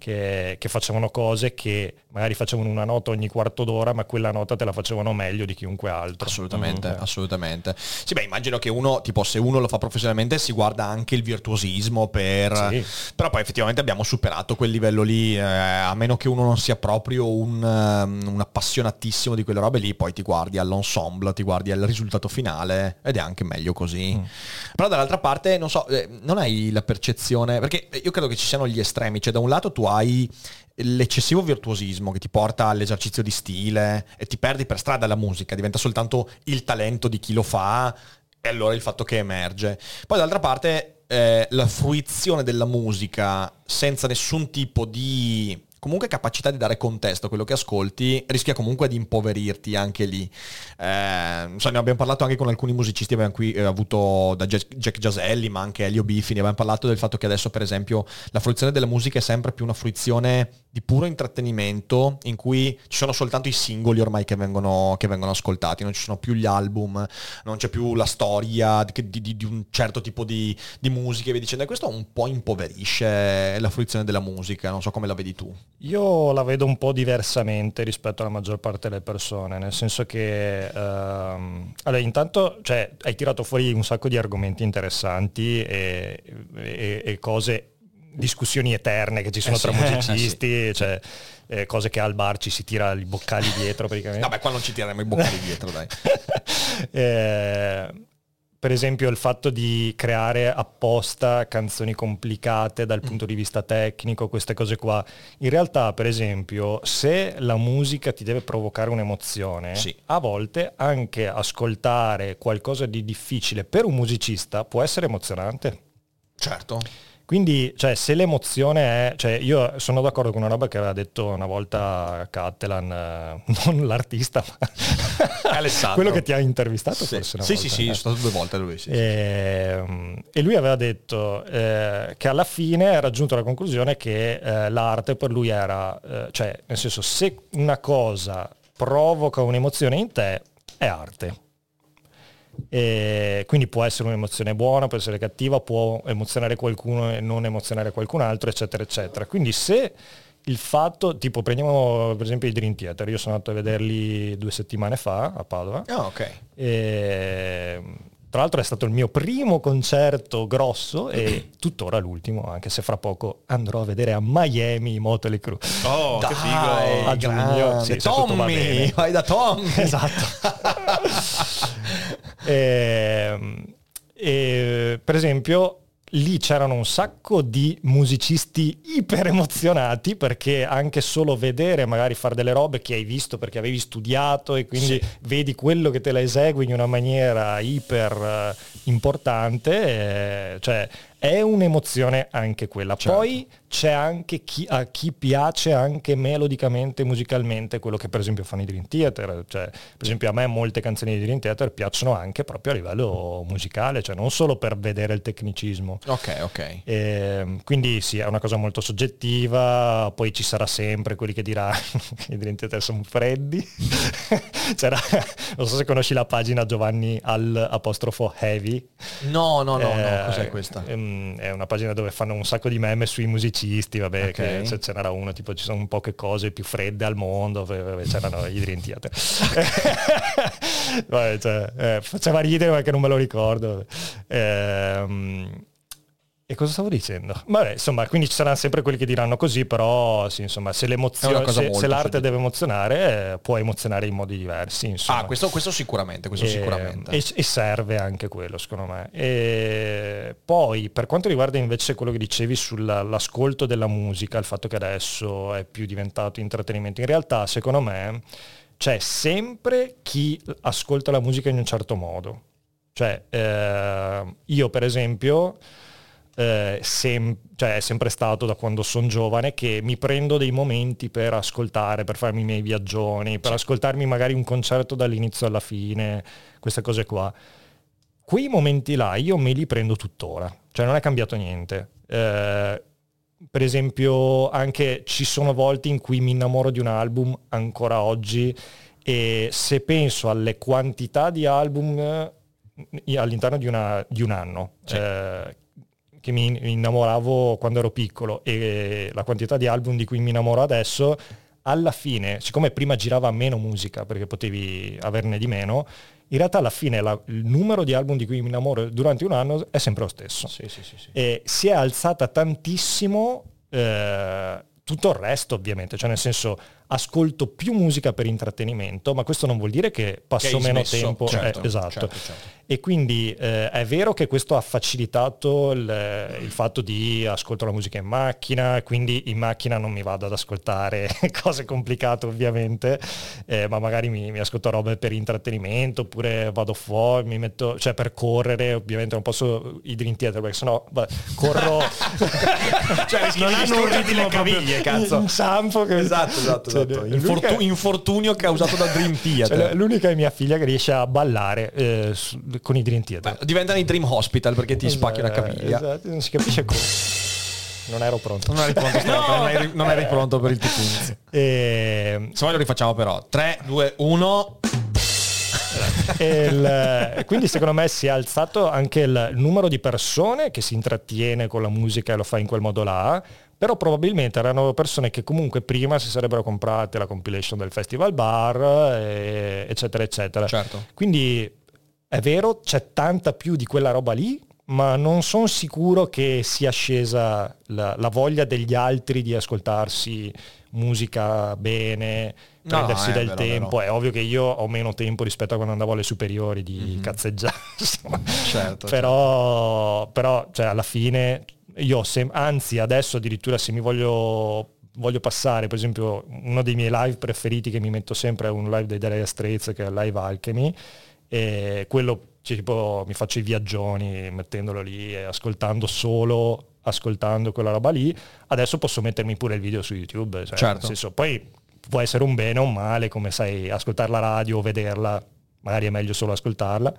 che facevano cose che magari facevano una nota ogni quarto d'ora, ma quella nota te la facevano meglio di chiunque altro. Assolutamente. Sì, beh, immagino che uno, tipo, se uno lo fa professionalmente si guarda anche il virtuosismo Sì. però poi effettivamente abbiamo superato quel livello lì, a meno che uno non sia proprio un appassionatissimo di quelle robe lì, poi ti guardi all'ensemble, ti guardi al risultato finale ed è anche meglio così. Però dall'altra parte, non so, non hai la percezione, perché io credo che ci siano gli estremi, cioè da un lato tu hai l'eccessivo virtuosismo che ti porta all'esercizio di stile e ti perdi per strada la musica, diventa soltanto il talento di chi lo fa e allora il fatto che emerge. Poi d'altra parte la fruizione della musica senza nessun tipo di comunque capacità di dare contesto a quello che ascolti rischia comunque di impoverirti anche lì. Ne abbiamo parlato anche con alcuni musicisti, abbiamo qui avuto da Jack Jaselli ma anche Elio Biffini, abbiamo parlato del fatto che adesso per esempio la fruizione della musica è sempre più una fruizione di puro intrattenimento in cui ci sono soltanto i singoli ormai che vengono ascoltati, non ci sono più gli album, non c'è più la storia di un certo tipo di musica e via dicendo, e questo un po' impoverisce la fruizione della musica, non so come la vedi tu. Io la vedo un po' diversamente rispetto alla maggior parte delle persone, nel senso che allora, intanto hai tirato fuori un sacco di argomenti interessanti e cose, discussioni eterne che ci sono tra musicisti, cioè cose che al bar ci si tira i boccali dietro praticamente. Vabbè, qua non ci tiriamo i boccali dietro, dai. Per esempio il fatto di creare apposta canzoni complicate dal punto di vista tecnico, queste cose qua. In realtà, per esempio, se la musica ti deve provocare un'emozione, a volte anche ascoltare qualcosa di difficile per un musicista può essere emozionante. Certo. Quindi, se l'emozione è... io sono d'accordo con una roba che aveva detto una volta Cattelan, non l'artista, ma Alessandro. quello che ti ha intervistato forse una volta. Sì, sono stato 2 volte lui. Sì. E lui aveva detto che alla fine ha raggiunto la conclusione che l'arte per lui era... nel senso, se una cosa provoca un'emozione in te, è arte. E quindi può essere un'emozione buona, può essere cattiva, può emozionare qualcuno e non emozionare qualcun altro, eccetera eccetera. Quindi se il fatto, tipo prendiamo per esempio i Dream Theater, io sono andato a vederli 2 settimane fa a Padova, e tra l'altro è stato il mio primo concerto grosso e tuttora l'ultimo, anche se fra poco andrò a vedere a Miami i Motley Crue. Oh, che figo! A giugno. Sì, Tommy, vai da Tommy! Esatto. Per esempio lì c'erano un sacco di musicisti iper emozionati, perché anche solo vedere, magari fare delle robe che hai visto perché avevi studiato e quindi vedi quello che te la esegui in una maniera iper importante, è un'emozione anche quella. Certo. Poi c'è anche a chi piace anche melodicamente, musicalmente, quello che per esempio fanno i Dream Theater. Per esempio a me molte canzoni di Dream Theater piacciono anche proprio a livello musicale, non solo per vedere il tecnicismo. Ok. Quindi sì, è una cosa molto soggettiva. Poi ci sarà sempre quelli che diranno che i Dream Theater sono freddi. Non so se conosci la pagina Giovanni _Heavy. No, cos'è questa? È una pagina dove fanno un sacco di meme sui musicisti, vabbè, che se ce n'era uno, tipo ci sono poche cose più fredde al mondo, c'erano i Dream Theater. Vabbè, faceva ridere perché non me lo ricordo. E cosa stavo dicendo? Vabbè, insomma, quindi ci saranno sempre quelli che diranno così, però sì, insomma, se l'emozione, se l'arte deve emozionare, può emozionare in modi diversi, insomma. Questo sicuramente, sicuramente. E serve anche quello, secondo me. E poi, per quanto riguarda invece quello che dicevi sull'ascolto della musica, il fatto che adesso è più diventato intrattenimento, in realtà, secondo me, c'è sempre chi ascolta la musica in un certo modo. Io, per esempio... è sempre stato da quando sono giovane che mi prendo dei momenti per ascoltare, per farmi i miei viaggioni, per ascoltarmi magari un concerto dall'inizio alla fine, queste cose qua. Quei momenti là io me li prendo tuttora, non è cambiato niente. Per esempio anche ci sono volte in cui mi innamoro di un album ancora oggi, e se penso alle quantità di album all'interno di un anno che mi innamoravo quando ero piccolo e la quantità di album di cui mi innamoro adesso, alla fine, siccome prima girava meno musica perché potevi averne di meno, in realtà alla fine il numero di album di cui mi innamoro durante un anno è sempre lo stesso. Sì. E si è alzata tantissimo tutto il resto, ovviamente, cioè nel senso ascolto più musica per intrattenimento, ma questo non vuol dire che passo meno tempo. Certo. E quindi è vero che questo ha facilitato il fatto di ascolto la musica in macchina, quindi in macchina non mi vado ad ascoltare cose complicate ovviamente, ma magari mi ascolto robe per intrattenimento, oppure vado fuori, mi metto, cioè per correre, ovviamente non posso i Dream Theater perché sennò corro Cioè non hanno un ritmo caviglie, cazzo. inciampo che... Esatto. Infortunio causato da Dream Theater. Cioè, l'unica è mia figlia che riesce a ballare con i Dream Theater. Diventano i Dream Hospital perché ti spacchi una caviglia. Esatto, non si capisce come. Non ero pronto. Non eri pronto per il tipunzi. Se vuoi lo rifacciamo però. 3, 2, 1. Quindi secondo me si è alzato anche il numero di persone che si intrattiene con la musica e lo fa in quel modo là, però probabilmente erano persone che comunque prima si sarebbero comprate la compilation del Festival Bar, eccetera eccetera. Certo. Quindi è vero, c'è tanta più di quella roba lì, ma non sono sicuro che sia scesa la voglia degli altri di ascoltarsi musica bene, prendersi del tempo. È ovvio che io ho meno tempo rispetto a quando andavo alle superiori di cazzeggiare, certo. Però cioè, alla fine io anzi adesso addirittura se mi voglio passare, per esempio uno dei miei live preferiti che mi metto sempre è un live dei Dire Straits, che è Live Alchemy, e quello tipo mi faccio i viaggioni mettendolo lì e ascoltando quella roba lì. Adesso posso mettermi pure il video su YouTube, cioè, certo. Nel senso, poi può essere un bene o un male, come sai, ascoltare la radio o vederla, magari è meglio solo ascoltarla,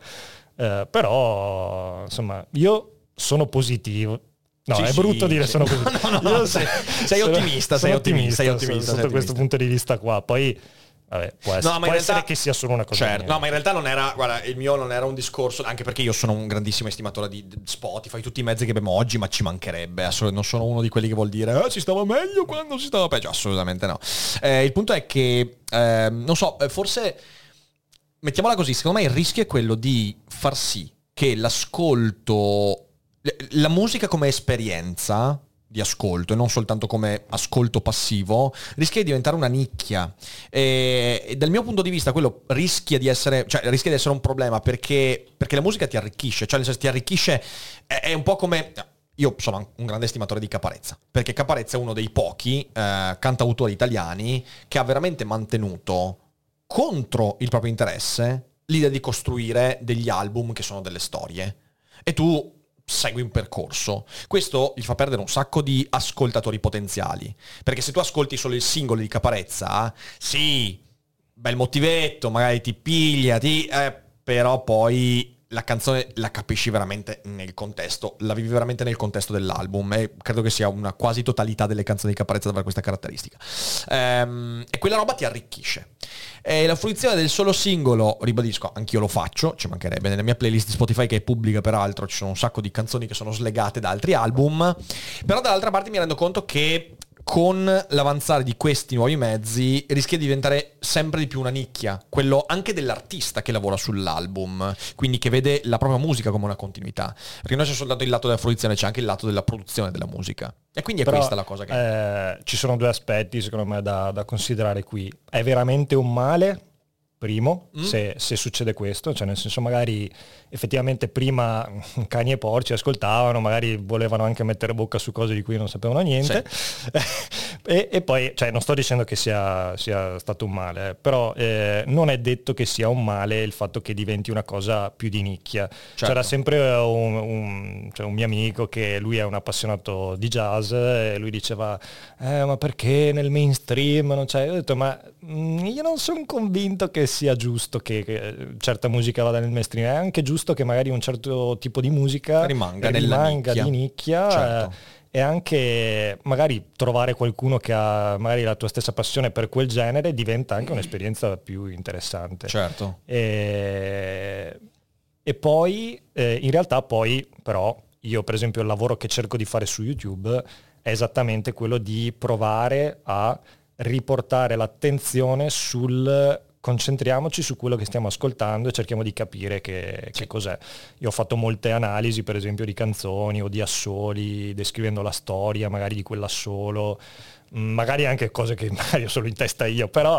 però insomma io sono positivo. No, è brutto dire sono positivo. No, sei ottimista, sotto questo punto di vista qua. Poi vabbè, può essere che sia solo una cosa. Certo, no, ma in realtà non era, guarda, il mio non era un discorso, anche perché io sono un grandissimo estimatore di Spotify, tutti i mezzi che abbiamo oggi, ma ci mancherebbe, non sono uno di quelli che vuol dire si stava meglio quando si stava peggio, assolutamente no. Il punto è che, non so, forse, mettiamola così, secondo me il rischio è quello di far sì che l'ascolto, la musica come esperienza di ascolto e non soltanto come ascolto passivo rischia di diventare una nicchia, e dal mio punto di vista quello rischia di essere un problema, perché la musica ti arricchisce, cioè nel senso ti arricchisce, è un po' come... Io sono un grande estimatore di Caparezza, perché Caparezza è uno dei pochi cantautori italiani che ha veramente mantenuto contro il proprio interesse l'idea di costruire degli album che sono delle storie, e tu segui un percorso. Questo gli fa perdere un sacco di ascoltatori potenziali, perché se tu ascolti solo il singolo di Caparezza, sì, bel motivetto, magari ti piglia, però poi la canzone la capisci veramente nel contesto, la vivi veramente nel contesto dell'album, e credo che sia una quasi totalità delle canzoni di Caparezza ad avere questa caratteristica, e quella roba ti arricchisce. E la fruizione del solo singolo, ribadisco, anch'io lo faccio, ci mancherebbe, nella mia playlist di Spotify, che è pubblica peraltro, ci sono un sacco di canzoni che sono slegate da altri album, però dall'altra parte mi rendo conto che con l'avanzare di questi nuovi mezzi rischia di diventare sempre di più una nicchia, quello anche dell'artista che lavora sull'album, quindi che vede la propria musica come una continuità, perché non c'è soltanto il lato della fruizione, c'è anche il lato della produzione della musica, e quindi è questa la cosa che... ci sono due aspetti secondo me da considerare qui. È veramente un male, primo, se succede questo, cioè nel senso magari effettivamente prima cani e porci ascoltavano, magari volevano anche mettere bocca su cose di cui non sapevano niente, sì. e poi, cioè non sto dicendo che sia stato un male, però non è detto che sia un male il fatto che diventi una cosa più di nicchia. Certo. C'era sempre un mio amico che lui è un appassionato di jazz, e lui diceva ma perché nel mainstream non c'è? Io ho detto ma io non sono convinto che sia giusto che certa musica vada nel mainstream, è anche giusto che magari un certo tipo di musica rimanga di nicchia, certo. E anche magari trovare qualcuno che ha magari la tua stessa passione per quel genere diventa anche un'esperienza più interessante. Certo. E poi in realtà poi però io per esempio il lavoro che cerco di fare su YouTube è esattamente quello di provare a riportare l'attenzione concentriamoci su quello che stiamo ascoltando e cerchiamo di capire che cos'è. Io ho fatto molte analisi per esempio di canzoni o di assoli, descrivendo la storia magari di quell'assolo, magari anche cose che magari ho solo in testa io, però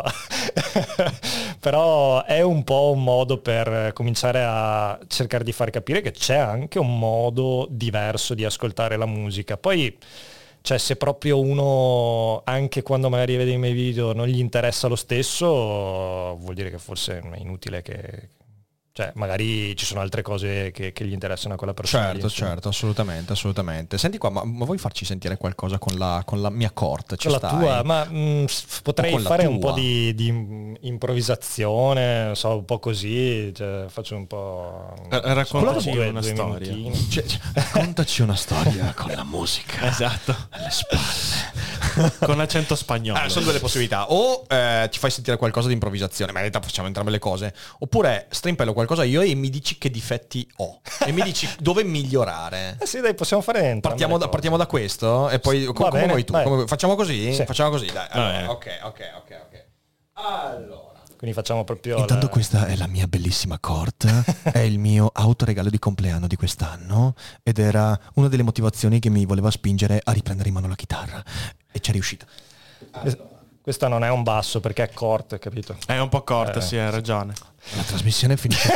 è un po' un modo per cominciare a cercare di far capire che c'è anche un modo diverso di ascoltare la musica. Poi cioè se proprio uno, anche quando magari vede i miei video, non gli interessa lo stesso, vuol dire che forse è inutile che... Cioè magari ci sono altre cose che gli interessano a quella persona. Certo, assolutamente. Senti qua, ma vuoi farci sentire qualcosa con la mia corte? Con la tua, ma potrei fare un po' di improvvisazione, non so, un po' così, cioè, faccio un po'... Raccontaci una storia. Raccontaci una storia con la musica. Esatto. Alle spalle. Con accento spagnolo. Sono due le possibilità. O ti fai sentire qualcosa di improvvisazione, ma in realtà facciamo entrambe le cose. Oppure strimpello qualcosa io e mi dici che difetti ho. E mi dici dove migliorare. Sì, dai, possiamo fare partiamo da questo e poi come vuoi tu. Facciamo così? Sì. Facciamo così, dai. Allora, ok. Allora. Quindi facciamo proprio... Intanto questa è la mia bellissima Cort, è il mio autoregalo di compleanno di quest'anno ed era una delle motivazioni che mi voleva spingere a riprendere in mano la chitarra e ci è riuscita. Questa non è un basso perché è corta, capito? È un po' corta, sì, hai ragione. La trasmissione finisce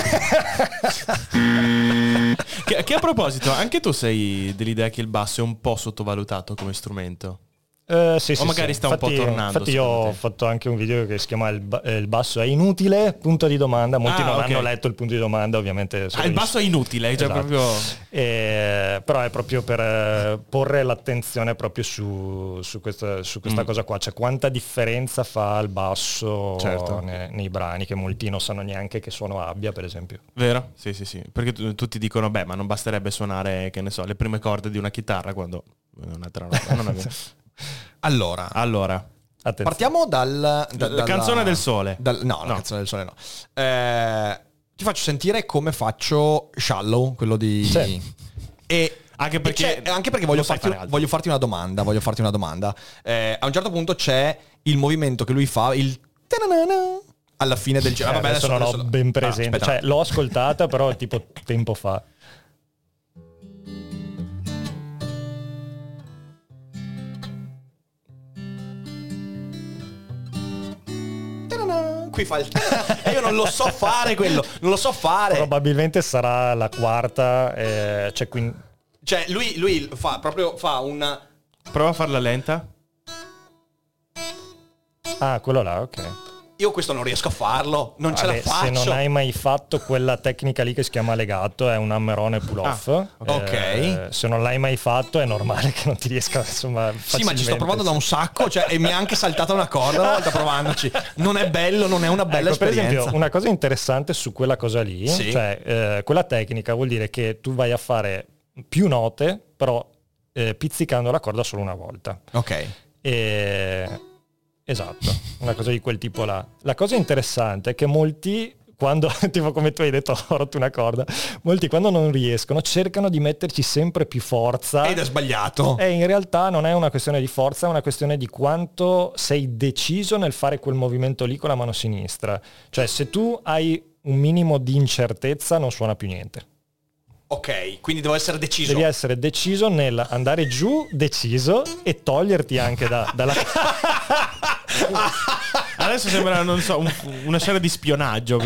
qui. Che a proposito, anche tu sei dell'idea che il basso è un po' sottovalutato come strumento? Sì, o magari sta un po' tornando. Infatti io ho fatto anche un video che si chiama il basso è inutile, punto di domanda. Molti non hanno letto il punto di domanda, ovviamente. Il basso è inutile, cioè esatto. proprio... però è proprio per porre l'attenzione proprio su questa cosa qua. Cioè quanta differenza fa il basso nei brani, che molti non sanno neanche che suono abbia, per esempio. Vero? Sì. Perché tutti dicono, ma non basterebbe suonare, che ne so, le prime corde di una chitarra quando... un'altra roba. Non è vero. Allora. Attenzione. Partiamo dalla Canzone del Sole. No, Canzone del Sole no. Ti faccio sentire come faccio Shallow, quello di... Sì. E anche perché voglio farti una domanda. A un certo punto c'è il movimento che lui fa, il... alla fine del... adesso non ho ben presente. Cioè, l'ho ascoltata, però tipo tempo fa. Qui fa il e io non lo so fare quello, non lo so fare. Probabilmente sarà la quarta, cioè lui fa una... Prova a farla lenta. Ah, quello là, ok. Io questo non riesco a farlo, non ce la faccio. Se non hai mai fatto quella tecnica lì che si chiama legato, è un hammerone pull-off. Ok. Se non l'hai mai fatto è normale che non ti riesca, insomma, sì, ma ci sto provando da un sacco, cioè, e mi è anche saltata una corda una volta provandoci. Non è bello, non è una bella esperienza. Per esempio, una cosa interessante su quella cosa lì, cioè quella tecnica vuol dire che tu vai a fare più note, però pizzicando la corda solo una volta. Ok. Esatto, una cosa di quel tipo là. La cosa interessante è che molti, quando, tipo come tu hai detto, ho rotto una corda, molti quando non riescono cercano di metterci sempre più forza. Ed è sbagliato. E in realtà non è una questione di forza, è una questione di quanto sei deciso nel fare quel movimento lì con la mano sinistra. Cioè se tu hai un minimo di incertezza non suona più niente. Ok, quindi devo essere deciso. Devi essere deciso nel andare giù, deciso, e toglierti anche dalla... Adesso sembra, non so, una scena di spionaggio.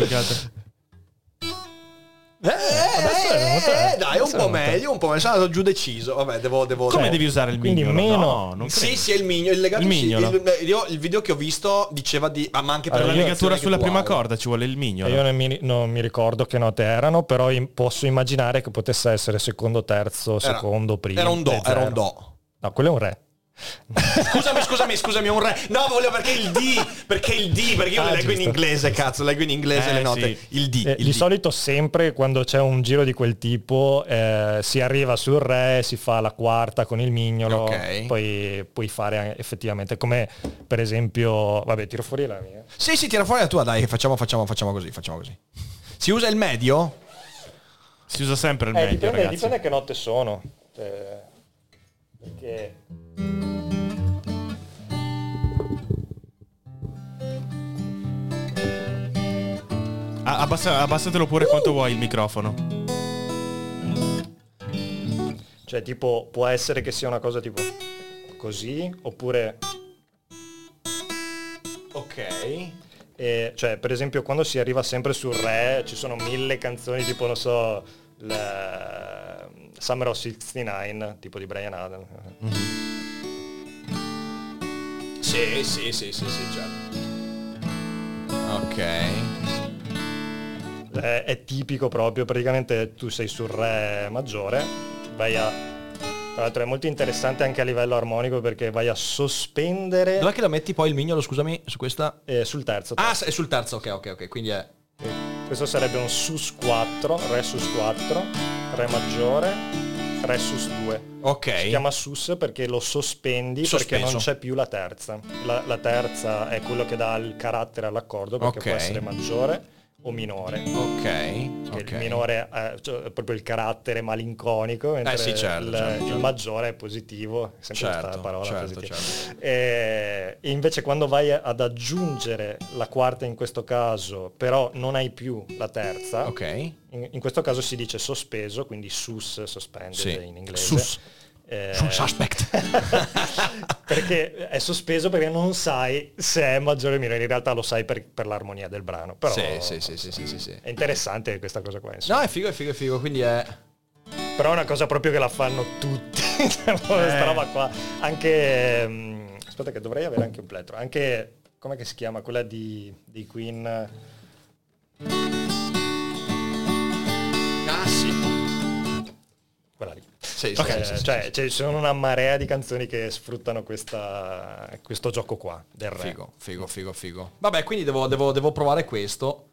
Dai, un po' meglio, sono andato giù deciso. Vabbè, devo come devi usare il mignolo? Quindi meno. No, sì, è il mignolo. Il legato, il video che ho visto diceva di... ma anche per la legatura sulla prima corda ci vuole il mignolo. Io non mi ricordo che note erano, però posso immaginare che potesse essere secondo, terzo, secondo, primo. Era un do. No, quello è un re. Scusami, un re. No, volevo perché il D, perché io le leggo in inglese, cazzo, leggo in inglese le note. Sì. Il D. Di solito sempre quando c'è un giro di quel tipo si arriva sul re, si fa la quarta con il mignolo, poi puoi fare effettivamente come per esempio, vabbè, tiro fuori la mia. Sì, tira fuori la tua, dai, facciamo così. Si usa il medio? Si usa sempre il medio, ragazzi. Dipende che note sono. Perché... Abbassatelo pure quanto vuoi il microfono. Cioè tipo può essere che sia una cosa tipo così, oppure... Ok. Cioè per esempio quando si arriva sempre sul re ci sono 1000 canzoni tipo non so Summer of 69 tipo di Bryan Adams. Sì, certo. Ok. È tipico proprio, praticamente tu sei sul re maggiore, vai a... Tra l'altro è molto interessante anche a livello armonico perché vai a sospendere... Dov'è che la metti poi il mignolo, scusami, su questa? Sul terzo. Ah, è sul terzo, ok, quindi è... Questo sarebbe un sus 4, re sus 4, re maggiore, re sus 2. Ok. Si chiama sus perché lo sospendi perché non c'è più la terza. La terza è quello che dà il carattere all'accordo perché può essere maggiore o minore. Ok. Il minore è proprio il carattere malinconico, mentre certo. il maggiore è positivo, sempre questa parola positiva. Certo. E invece quando vai ad aggiungere la quarta in questo caso, però non hai più la terza, in questo caso si dice sospeso, quindi sus, sospendere in inglese. Sus. Suspect. Perché è sospeso perché non sai se è maggiore o minore, in realtà lo sai per l'armonia del brano, però Sì. è interessante questa cosa qua, insomma. No, è figo, quindi è... Però è una cosa proprio che la fanno tutti, questa roba qua. Anche aspetta che dovrei avere anche un plettro, anche com'è che si chiama quella di Queen? Ah sì. Quella lì. Sì. Cioè ci sono una marea di canzoni che sfruttano questo gioco qua del re. Figo. Vabbè, quindi devo provare questo.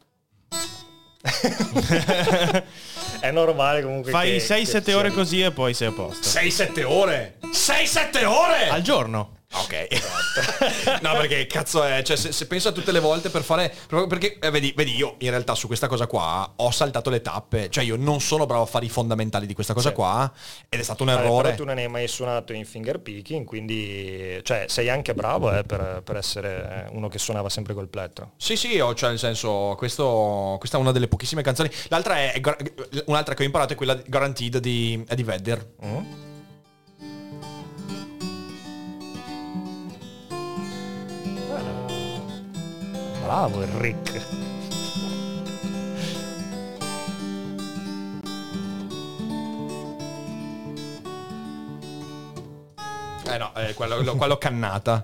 È normale comunque. Fai 6-7 ore così e poi sei a posto. 6-7 ore? 6-7 ore? Al giorno. Ok. No, perché cazzo è, cioè se penso a tutte le volte per fare, perché vedi io in realtà su questa cosa qua ho saltato le tappe, cioè io non sono bravo a fare i fondamentali di questa cosa qua ed è stato un errore. Però tu non hai mai suonato in finger picking, quindi cioè sei anche bravo per essere uno che suonava sempre col plettro. Sì, cioè nel senso questa è una delle pochissime canzoni. L'altra è un'altra che ho imparato è quella Guaranteed di Eddie Vedder. Bravo il Rick. No, quello cannata.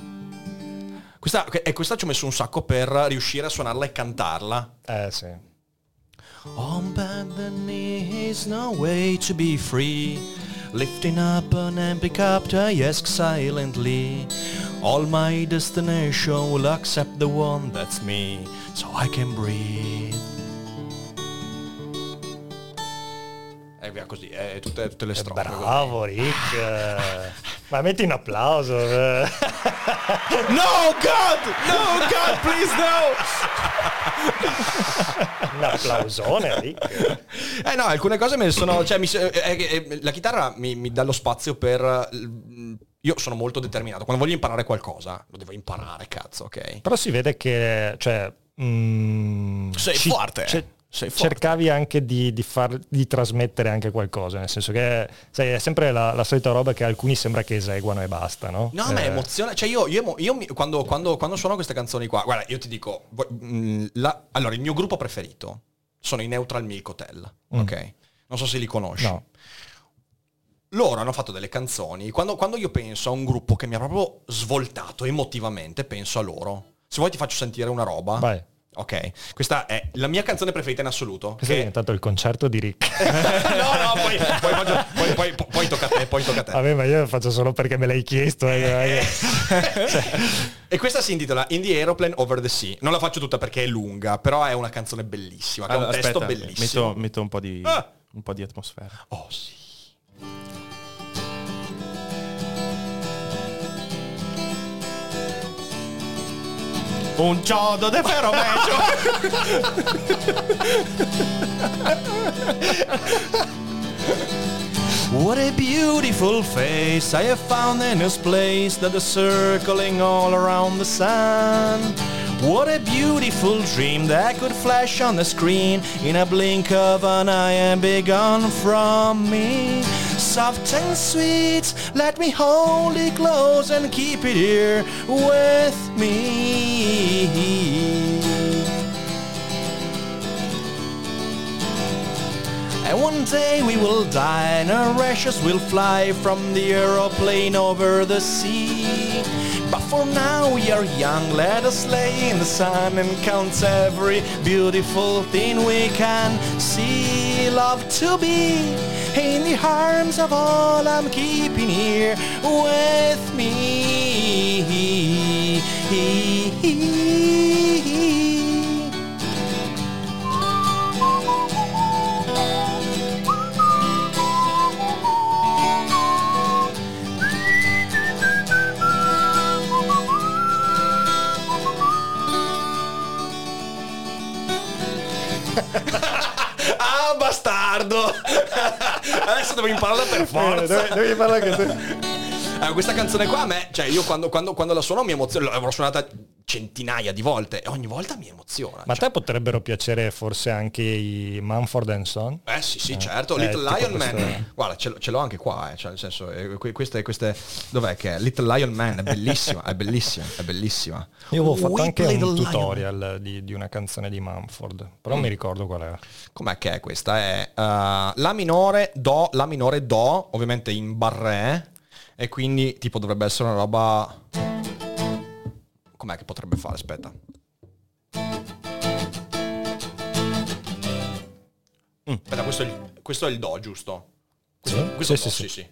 Questa ci ho messo un sacco per riuscire a suonarla e cantarla. Sì. On bended knee is no way to be free. Lifting up an empty cup I ask silently. All my destination will accept the one that's me, so I can breathe. E via così, tutte le strofe. Bravo Rick. Ma metti un applauso. No God, please no. Un applausone Rick. No, alcune cose me ne sono, cioè la chitarra mi dà lo spazio per... Io sono molto determinato, quando voglio imparare qualcosa lo devo imparare, cazzo, ok? Però si vede che, cioè... sei forte. Cercavi anche di trasmettere anche qualcosa, nel senso che sai, è sempre la solita roba che alcuni sembra che eseguano e basta, no? No, ma emoziona, cioè io quando suono queste canzoni qua, guarda, io ti dico, allora il mio gruppo preferito sono i Neutral Milk Hotel, ok? Non so se li conosci. No. Loro hanno fatto delle canzoni, quando io penso a un gruppo che mi ha proprio svoltato emotivamente, penso a loro. Se vuoi ti faccio sentire una roba. Vai. Ok, questa è la mia canzone preferita in assoluto. Questo è diventato il concerto di Rick. poi tocca a te. Vabbè, ma io lo faccio solo perché me l'hai chiesto. E questa si intitola In the Aeroplane Over the Sea. Non la faccio tutta perché è lunga, però è una canzone bellissima, con un testo bellissimo. Metto un po' di atmosfera. Oh sì. Un chiodo de ferromeggio. What a beautiful face I have found in this place that is circling all around the sun. What a beautiful dream that could flash on the screen in a blink of an eye and be gone from me. Soft and sweet, let me hold it close and keep it here with me. And one day we will die and our ashes will fly from the aeroplane over the sea. But for now we are young, let us lay in the sun and count every beautiful thing we can see. Love to be in the arms of all I'm keeping here with me. Ah, bastardo! Adesso devo impararla per forza. Devi parlare anche tu. Questa canzone qua a me, cioè io quando la suono mi emoziona, l'avrò suonata centinaia di volte e ogni volta mi emoziona. Ma a te potrebbero piacere forse anche i Mumford & Son? Sì, certo. Little Lion Man. queste... Guarda, ce l'ho anche qua, cioè nel senso, queste dov'è che è? Little Lion Man, è bellissima, è bellissima, è bellissima. Io avevo fatto Weep anche un Little tutorial di una canzone di Mumford, però non mi ricordo qual era. Com'è che è questa? È La minore, Do, ovviamente in barré, e quindi tipo dovrebbe essere una roba... Com'è che potrebbe fare? Aspetta. Aspetta, questo è il Do, giusto? Questo sì.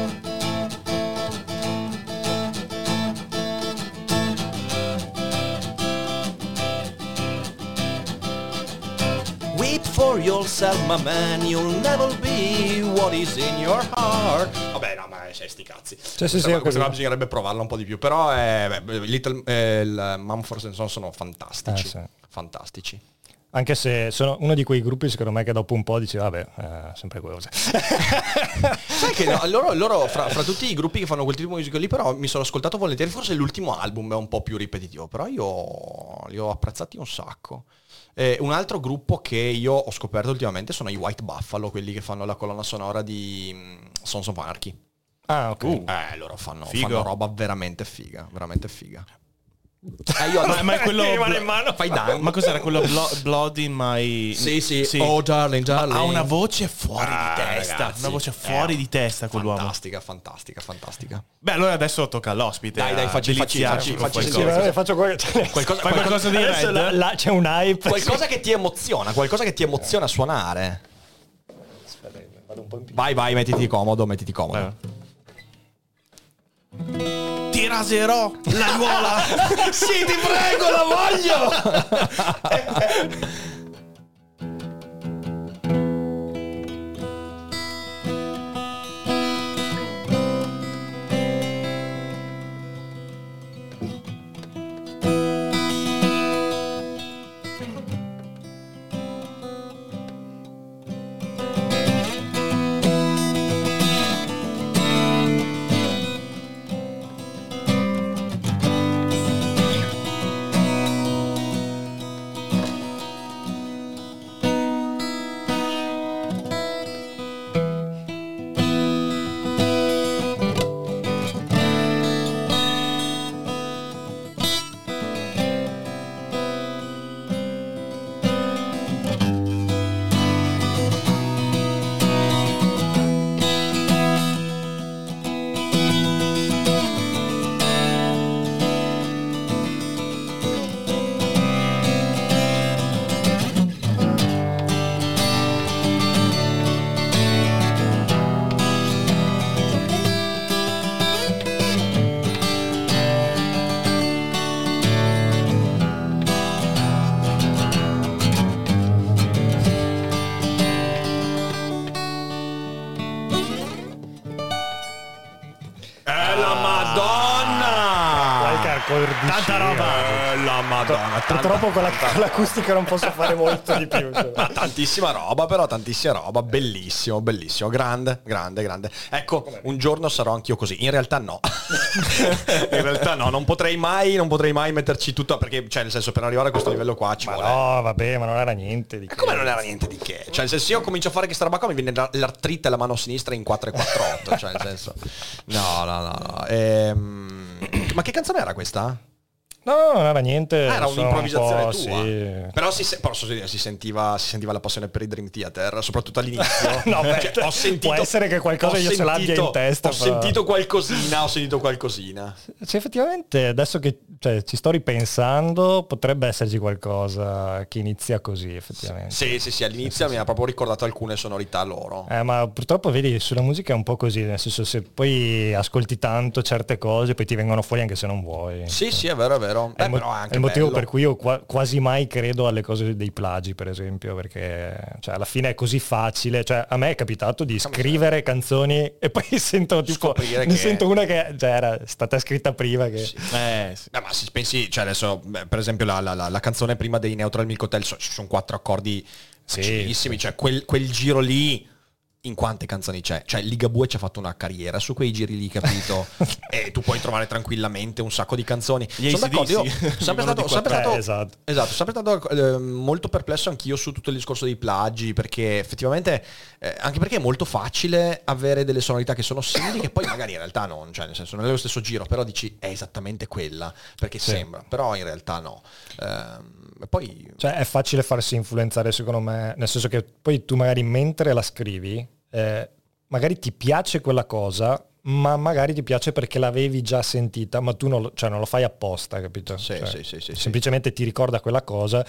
Weep for yourself, my man, you'll never be what is in your heart. Vabbè, no, ma sei sti cazzi. Questa qua bisognerebbe provarla un po' di più, però il Mumford & Son sono fantastici. Sì. Fantastici. Anche se sono uno di quei gruppi, secondo me, che dopo un po' dici, vabbè, sempre cose. Sai che no, loro fra tutti i gruppi che fanno quel tipo di musica lì, però mi sono ascoltato volentieri, forse l'ultimo album è un po' più ripetitivo, però io li ho apprezzati un sacco. Un altro gruppo che io ho scoperto ultimamente sono i White Buffalo, quelli che fanno la colonna sonora di Sons of Anarchy. Ah, ok. Loro fanno roba veramente figa, veramente figa. Ma è quello in mano. Fai down. Ma cos'era quello Blood in My... Sì. Oh darling. Ma ha una voce fuori di testa, ragazzi, una voce fuori di testa quell'uomo. Fantastica. Beh, allora adesso tocca all'ospite. Dai, facci qualcosa. Faccio Qualcosa di Red? Là c'è un hype. Qualcosa che ti emoziona a suonare. Aspetta, vado un po' in più. Vai, mettiti comodo. Ti raserò l'aiuola. Sì, ti prego, la voglio. cordicina. Tanta roba. La Madonna. Purtroppo con l'acustica non posso fare molto di più. Tantissima roba, però tantissima roba. Bellissimo, bellissimo. Grande. Ecco, un giorno sarò anch'io così. In realtà no. In realtà no, non potrei mai metterci tutto, perché, cioè, nel senso, per arrivare a questo livello qua ci vuole. No, vabbè, ma non era niente di che. Come non era niente di che? Cioè, nel senso, io comincio a fare questa roba qua, mi viene l'artrite alla mano sinistra in 4-4-8. Cioè, nel senso. No. Ma che canzone era questa? No, non era niente. Era un'improvvisazione tua. Sì. Però posso dire, si sentiva la passione per i Dream Theater, soprattutto all'inizio. No, beh, ho sentito, può essere che qualcosa io ce l'abbia in testa. Ho sentito qualcosina. Sì, effettivamente, adesso che ci sto ripensando, potrebbe esserci qualcosa che inizia così, effettivamente. Sì, all'inizio mi ha proprio ricordato alcune sonorità loro. Ma purtroppo, vedi, sulla musica è un po' così, nel senso, se poi ascolti tanto certe cose, poi ti vengono fuori anche se non vuoi. Sì, è vero. È il motivo per cui io quasi mai credo alle cose dei plagi, per esempio, perché alla fine è così facile. Cioè, a me è capitato di scrivere canzoni e poi sento sento una che era stata scritta prima. Che... Sì. Sì. Ma se pensi, adesso, per esempio, la canzone prima dei Neutral Milk Hotel, ci sono 4 accordi facilissimi, cioè quel giro lì. In quante canzoni c'è? Cioè, Ligabue ci ha fatto una carriera su quei giri lì, capito? E tu puoi trovare tranquillamente un sacco di canzoni. Sono d'accordo, io sempre stato molto perplesso anch'io su tutto il discorso dei plagi, perché effettivamente, anche perché è molto facile avere delle sonorità che sono simili, che poi magari in realtà non, cioè nel senso non è lo stesso giro, però dici è esattamente quella, perché sembra, però in realtà no. Poi... Cioè è facile farsi influenzare, secondo me, nel senso che poi tu magari mentre la scrivi, magari ti piace quella cosa, ma magari ti piace perché l'avevi già sentita, ma tu non lo fai apposta, capito? Sì. Semplicemente ti ricorda quella cosa.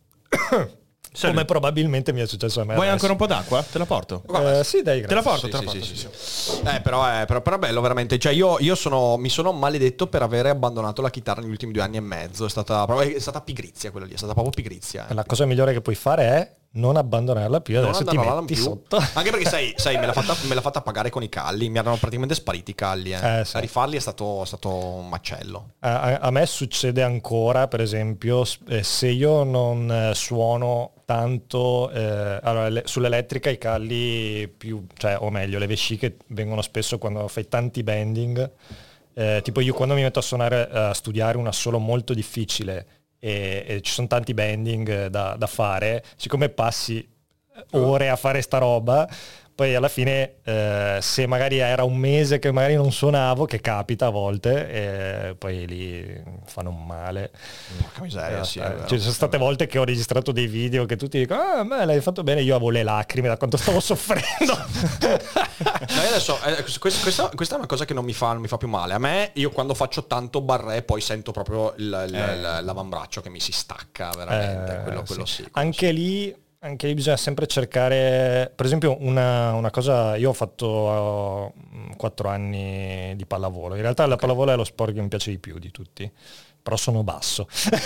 Come probabilmente mi è successo a me. Vuoi adesso. Ancora un po' d'acqua? Te la porto? Sì, dai, grazie. Te la porto? Sì. Però bello veramente. Cioè io mi sono maledetto per avere abbandonato la chitarra negli ultimi 2 anni e mezzo. È stata pigrizia quella lì, è stata proprio pigrizia. La cosa migliore che puoi fare è non abbandonarla più, adesso ti metti sotto. Anche perché sai me l'ha fatta pagare con i calli, mi erano praticamente spariti i calli. Sì. A rifarli è stato un macello. A me succede ancora, per esempio, se io non suono tanto, allora, sull'elettrica i calli o meglio le vesciche vengono spesso quando fai tanti bending, tipo io quando mi metto a studiare un assolo molto difficile e ci sono tanti bending da fare, siccome passi ore a fare sta roba, poi alla fine se magari era un mese che magari non suonavo, che capita a volte, poi lì fanno un male. Porca miseria, sì, ci sono state volte che ho registrato dei video che tutti dicono ma l'hai fatto bene, io avevo le lacrime da quanto stavo soffrendo. No, adesso questa è una cosa che non mi fa più male. A me, io quando faccio tanto barré poi sento proprio l'avambraccio che mi si stacca veramente, quello sì. Anche lì bisogna sempre cercare, per esempio una cosa, io ho fatto 4 anni di pallavolo, in realtà la pallavolo è lo sport che mi piace di più di tutti, però sono basso.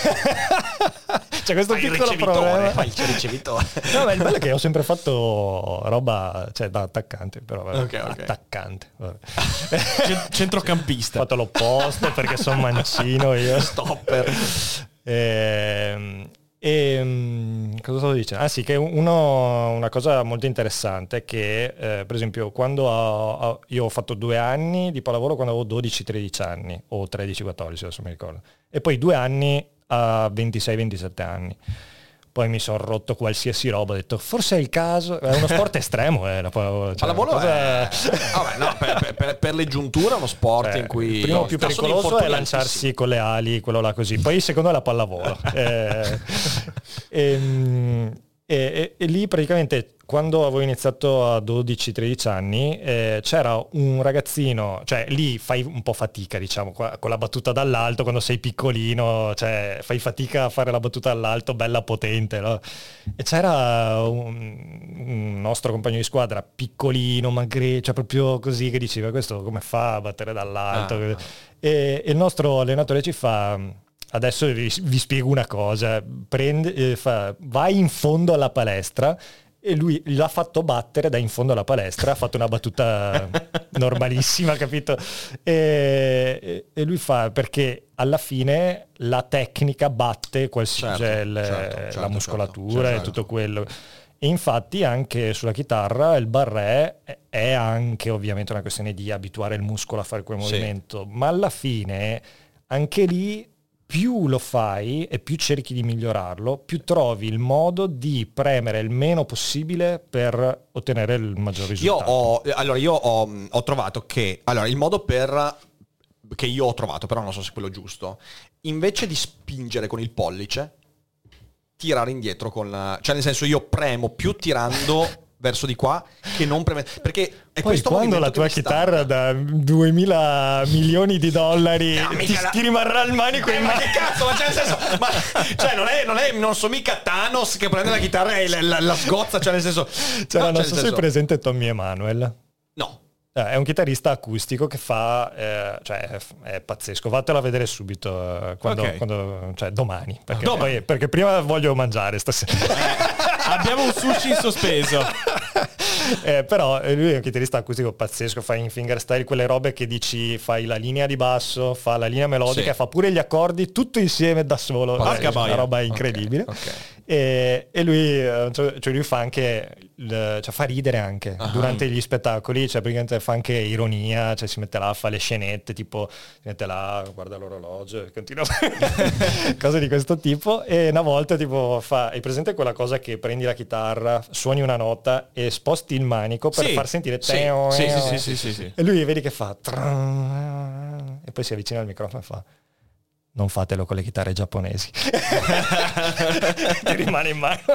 C'è questo piccolo problema. Fai il ricevitore. No, ma il bello è che ho sempre fatto roba, da attaccante, però okay. Attaccante. Centrocampista. Ho fatto l'opposto perché sono mancino io. Stopper. Cosa stavo dicendo? Ah sì, che una cosa molto interessante è che per esempio quando io ho fatto 2 anni di pallavolo quando avevo 12-13 anni o 13-14 adesso mi ricordo, e poi 2 anni a 26-27 anni. Poi mi sono rotto qualsiasi roba, ho detto forse è il caso, è uno sport estremo. Pallavolo per le giunture è uno sport in cui... Il primo più pericoloso è lanciarsi con le ali, quello là così. Poi il secondo è la pallavolo. E lì praticamente quando avevo iniziato a 12-13 anni c'era un ragazzino, cioè lì fai un po' fatica diciamo con la battuta dall'alto quando sei piccolino, cioè fai fatica a fare la battuta dall'alto bella potente, no? E c'era un nostro compagno di squadra piccolino, cioè proprio così, che diceva questo come fa a battere dall'alto? E il nostro allenatore ci fa: adesso vi spiego una cosa, vai in fondo alla palestra E lui l'ha fatto battere da in fondo alla palestra, ha fatto una battuta normalissima, capito? E lui fa, perché alla fine la tecnica batte la muscolatura e tutto quello. E infatti anche sulla chitarra il barré è anche ovviamente una questione di abituare il muscolo a fare quel movimento, ma alla fine anche lì più lo fai e più cerchi di migliorarlo, più trovi il modo di premere il meno possibile per ottenere il maggior risultato. Io ho trovato che il modo che io ho trovato, però non so se è quello giusto, invece di spingere con il pollice, tirare indietro cioè nel senso, io premo più tirando verso di qua che non premere, perché è poi questo quando la tua chitarra da 2000 milioni di dollari ti rimarrà il manico in mano. Ma che cazzo, ma cioè nel senso, non so mica Thanos che prende la chitarra e la sgozza, cioè nel senso, non so se hai presente Tommy Emmanuel. No. È un chitarrista acustico che fa, è pazzesco, vattelo a vedere subito, cioè domani, perché prima voglio mangiare stasera. Abbiamo un sushi in sospeso. Però lui è un chitarrista acustico pazzesco, fa in fingerstyle quelle robe che dici, fai la linea di basso, fa la linea melodica, fa pure gli accordi tutto insieme da solo, è una roba incredibile. Okay. E lui, lui fa anche, fa ridere anche durante gli spettacoli, cioè praticamente fa anche ironia, cioè si mette là, fa le scenette, tipo si mette là, guarda l'orologio e continua cose di questo tipo. E una volta tipo hai presente quella cosa che prendi la chitarra, suoni una nota e sposti il manico per far sentire sì. E lui vedi che fa e poi si avvicina al microfono e fa: non fatelo con le chitarre giapponesi. Ti rimane in mano.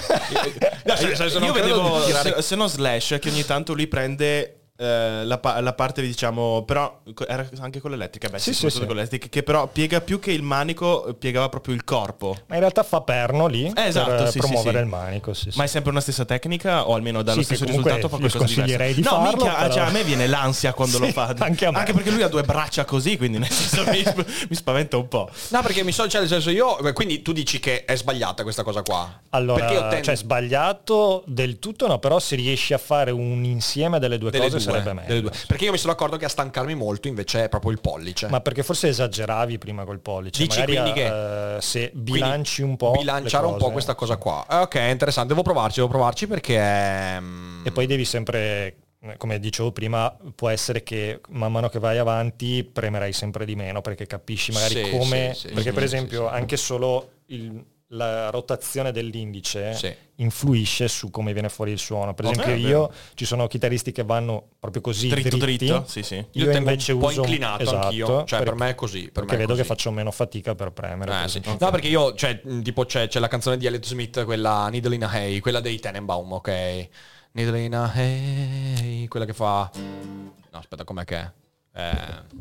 Io vedevo se non Slash che ogni tanto lui prende la parte, diciamo, però era anche con l'elettrica, con l'elettrica, che però piega più che il manico, piegava proprio il corpo. Ma in realtà fa perno lì per promuovere il manico. Ma è sempre una stessa tecnica o almeno dà lo stesso risultato? Io sconsiglierei di farlo. Cioè, a me viene l'ansia quando lo fa. Anche a me. Anche perché lui ha due braccia così, quindi nel senso mi spaventa un po'. No, perché nel senso quindi tu dici che è sbagliata questa cosa qua? Allora, cioè sbagliato del tutto no, però se riesci a fare un insieme delle due cose sarebbe meglio. Perché io mi sono accorto che a stancarmi molto invece è proprio il pollice. Ma perché forse esageravi prima col pollice. Dici magari quindi che se bilanci un po', bilanciare un po' questa cosa qua. Ok, interessante, devo provarci perché e poi devi sempre, come dicevo prima, può essere che man mano che vai avanti premerai sempre di meno, perché capisci magari perché per esempio anche solo la rotazione dell'indice influisce su come viene fuori il suono. Per esempio ci sono chitarristi che vanno proprio così dritti. Io invece un po' uso inclinato anch'io, cioè per me è così, perché vedo che faccio meno fatica per premere. No, perché io c'è la canzone di Elliott Smith, quella Needle in a Hay, quella dei Tenenbaum, ok? Needle in a Hay, quella che fa, no aspetta, com'è che è?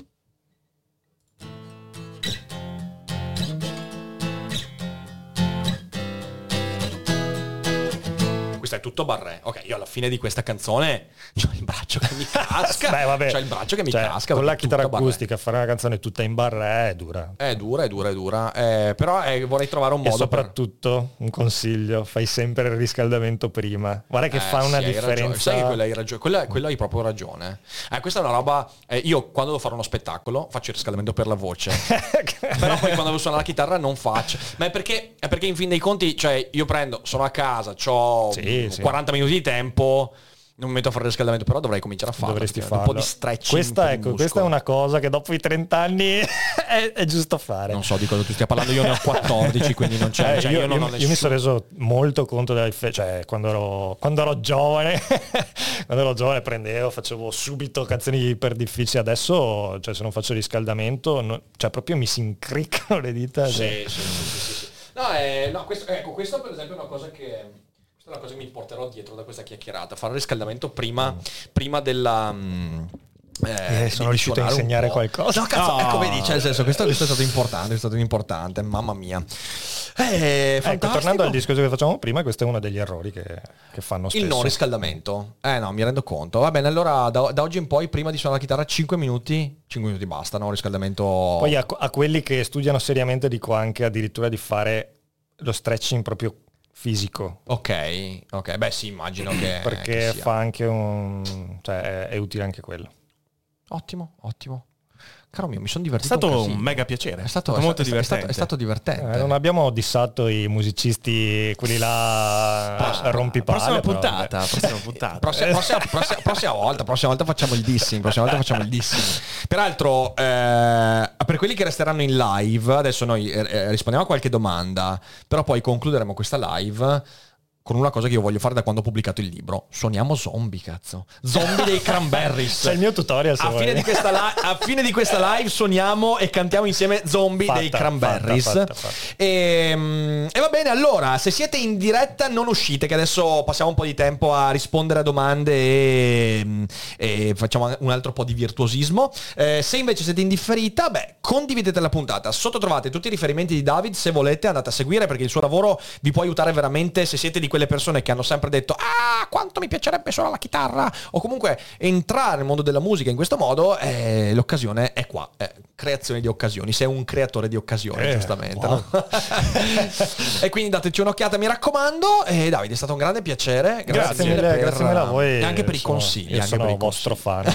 Questo è tutto barré. Ok, io alla fine di questa canzone c'ho il braccio che mi casca. C'ho il braccio che mi casca. Con la chitarra acustica fare una canzone tutta in barré è dura. È dura. Però vorrei trovare un modo. E soprattutto un consiglio: fai sempre il riscaldamento prima. Guarda che fa una differenza. Sai che quella hai ragione. Quella hai proprio ragione. Questa è una roba. Io quando devo fare uno spettacolo faccio il riscaldamento per la voce. Però poi quando devo suonare la chitarra non faccio. Ma è perché in fin dei conti, cioè io sono a casa, c'ho 40 minuti di tempo, non mi metto a fare il riscaldamento, però dovrei cominciare a farlo. Dovresti farlo. Un po' di stretching. Questa è una cosa che dopo i 30 anni è giusto fare. Non so di cosa tu stia parlando, io ne ho 14, quindi non c'è. Io mi sono reso molto conto cioè quando ero giovane, facevo subito canzoni iper difficili. Adesso, cioè, se non faccio riscaldamento, cioè proprio mi si incriccano le dita. Sì. No, questo per esempio è una cosa che mi porterò dietro da questa chiacchierata, fare il riscaldamento prima della sono riuscito a insegnare qualcosa. No, cazzo, ecco, vedi, cioè, nel senso, questo è stato importante, mamma mia. Tornando al discorso che facciamo prima, questo è uno degli errori che fanno spesso. Il non riscaldamento. No, mi rendo conto. Va bene, allora da oggi in poi, prima di suonare la chitarra, 5 minuti bastano, riscaldamento. Poi a quelli che studiano seriamente dico anche addirittura di fare lo stretching proprio fisico. Ok, beh sì, immagino che perché che fa anche cioè è utile anche quello. Ottimo. Caro mio, mi sono divertito. È stato un mega piacere. È stato molto divertente. È stato divertente. Non abbiamo dissato i musicisti, quelli là rompipalle. Prossima volta facciamo il dissing. Peraltro, per quelli che resteranno in live, adesso noi rispondiamo a qualche domanda, però poi concluderemo questa live con una cosa che io voglio fare da quando ho pubblicato il libro. Suoniamo Zombie, cazzo. Zombie dei Cranberries. C'è il mio tutorial. A fine di questa live suoniamo e cantiamo insieme Zombie dei Cranberries. Fatta. E va bene, allora, se siete in diretta non uscite, che adesso passiamo un po' di tempo a rispondere a domande e facciamo un altro po' di virtuosismo. Se invece siete in differita, condividete la puntata. Sotto trovate tutti i riferimenti di David, se volete andate a seguire, perché il suo lavoro vi può aiutare veramente se siete di quelle persone che hanno sempre detto quanto mi piacerebbe suonare la chitarra, o comunque entrare nel mondo della musica in questo modo. L'occasione è qua, creazione di occasioni, sei un creatore di occasioni, giustamente, wow. No? E quindi dateci un'occhiata, mi raccomando. E Davide, è stato un grande piacere, grazie mille a voi e anche per i consigli. Io sono il vostro fan,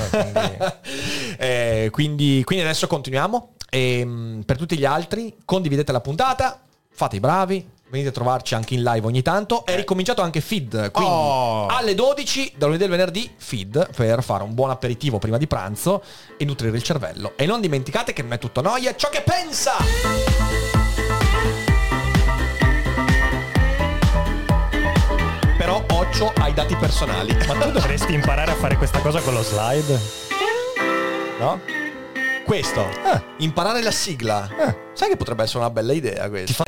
quindi adesso continuiamo, e per tutti gli altri condividete la puntata, fate i bravi, venite a trovarci anche in live ogni tanto. È ricominciato anche Feed, quindi alle 12 da lunedì al venerdì Feed, per fare un buon aperitivo prima di pranzo e nutrire il cervello. E non dimenticate che non è tutto noia ciò che pensa. Però occhio ai dati personali. Ma tu dovresti imparare a fare questa cosa con lo slide, no? Questo, imparare la sigla. Sai che potrebbe essere una bella idea questa?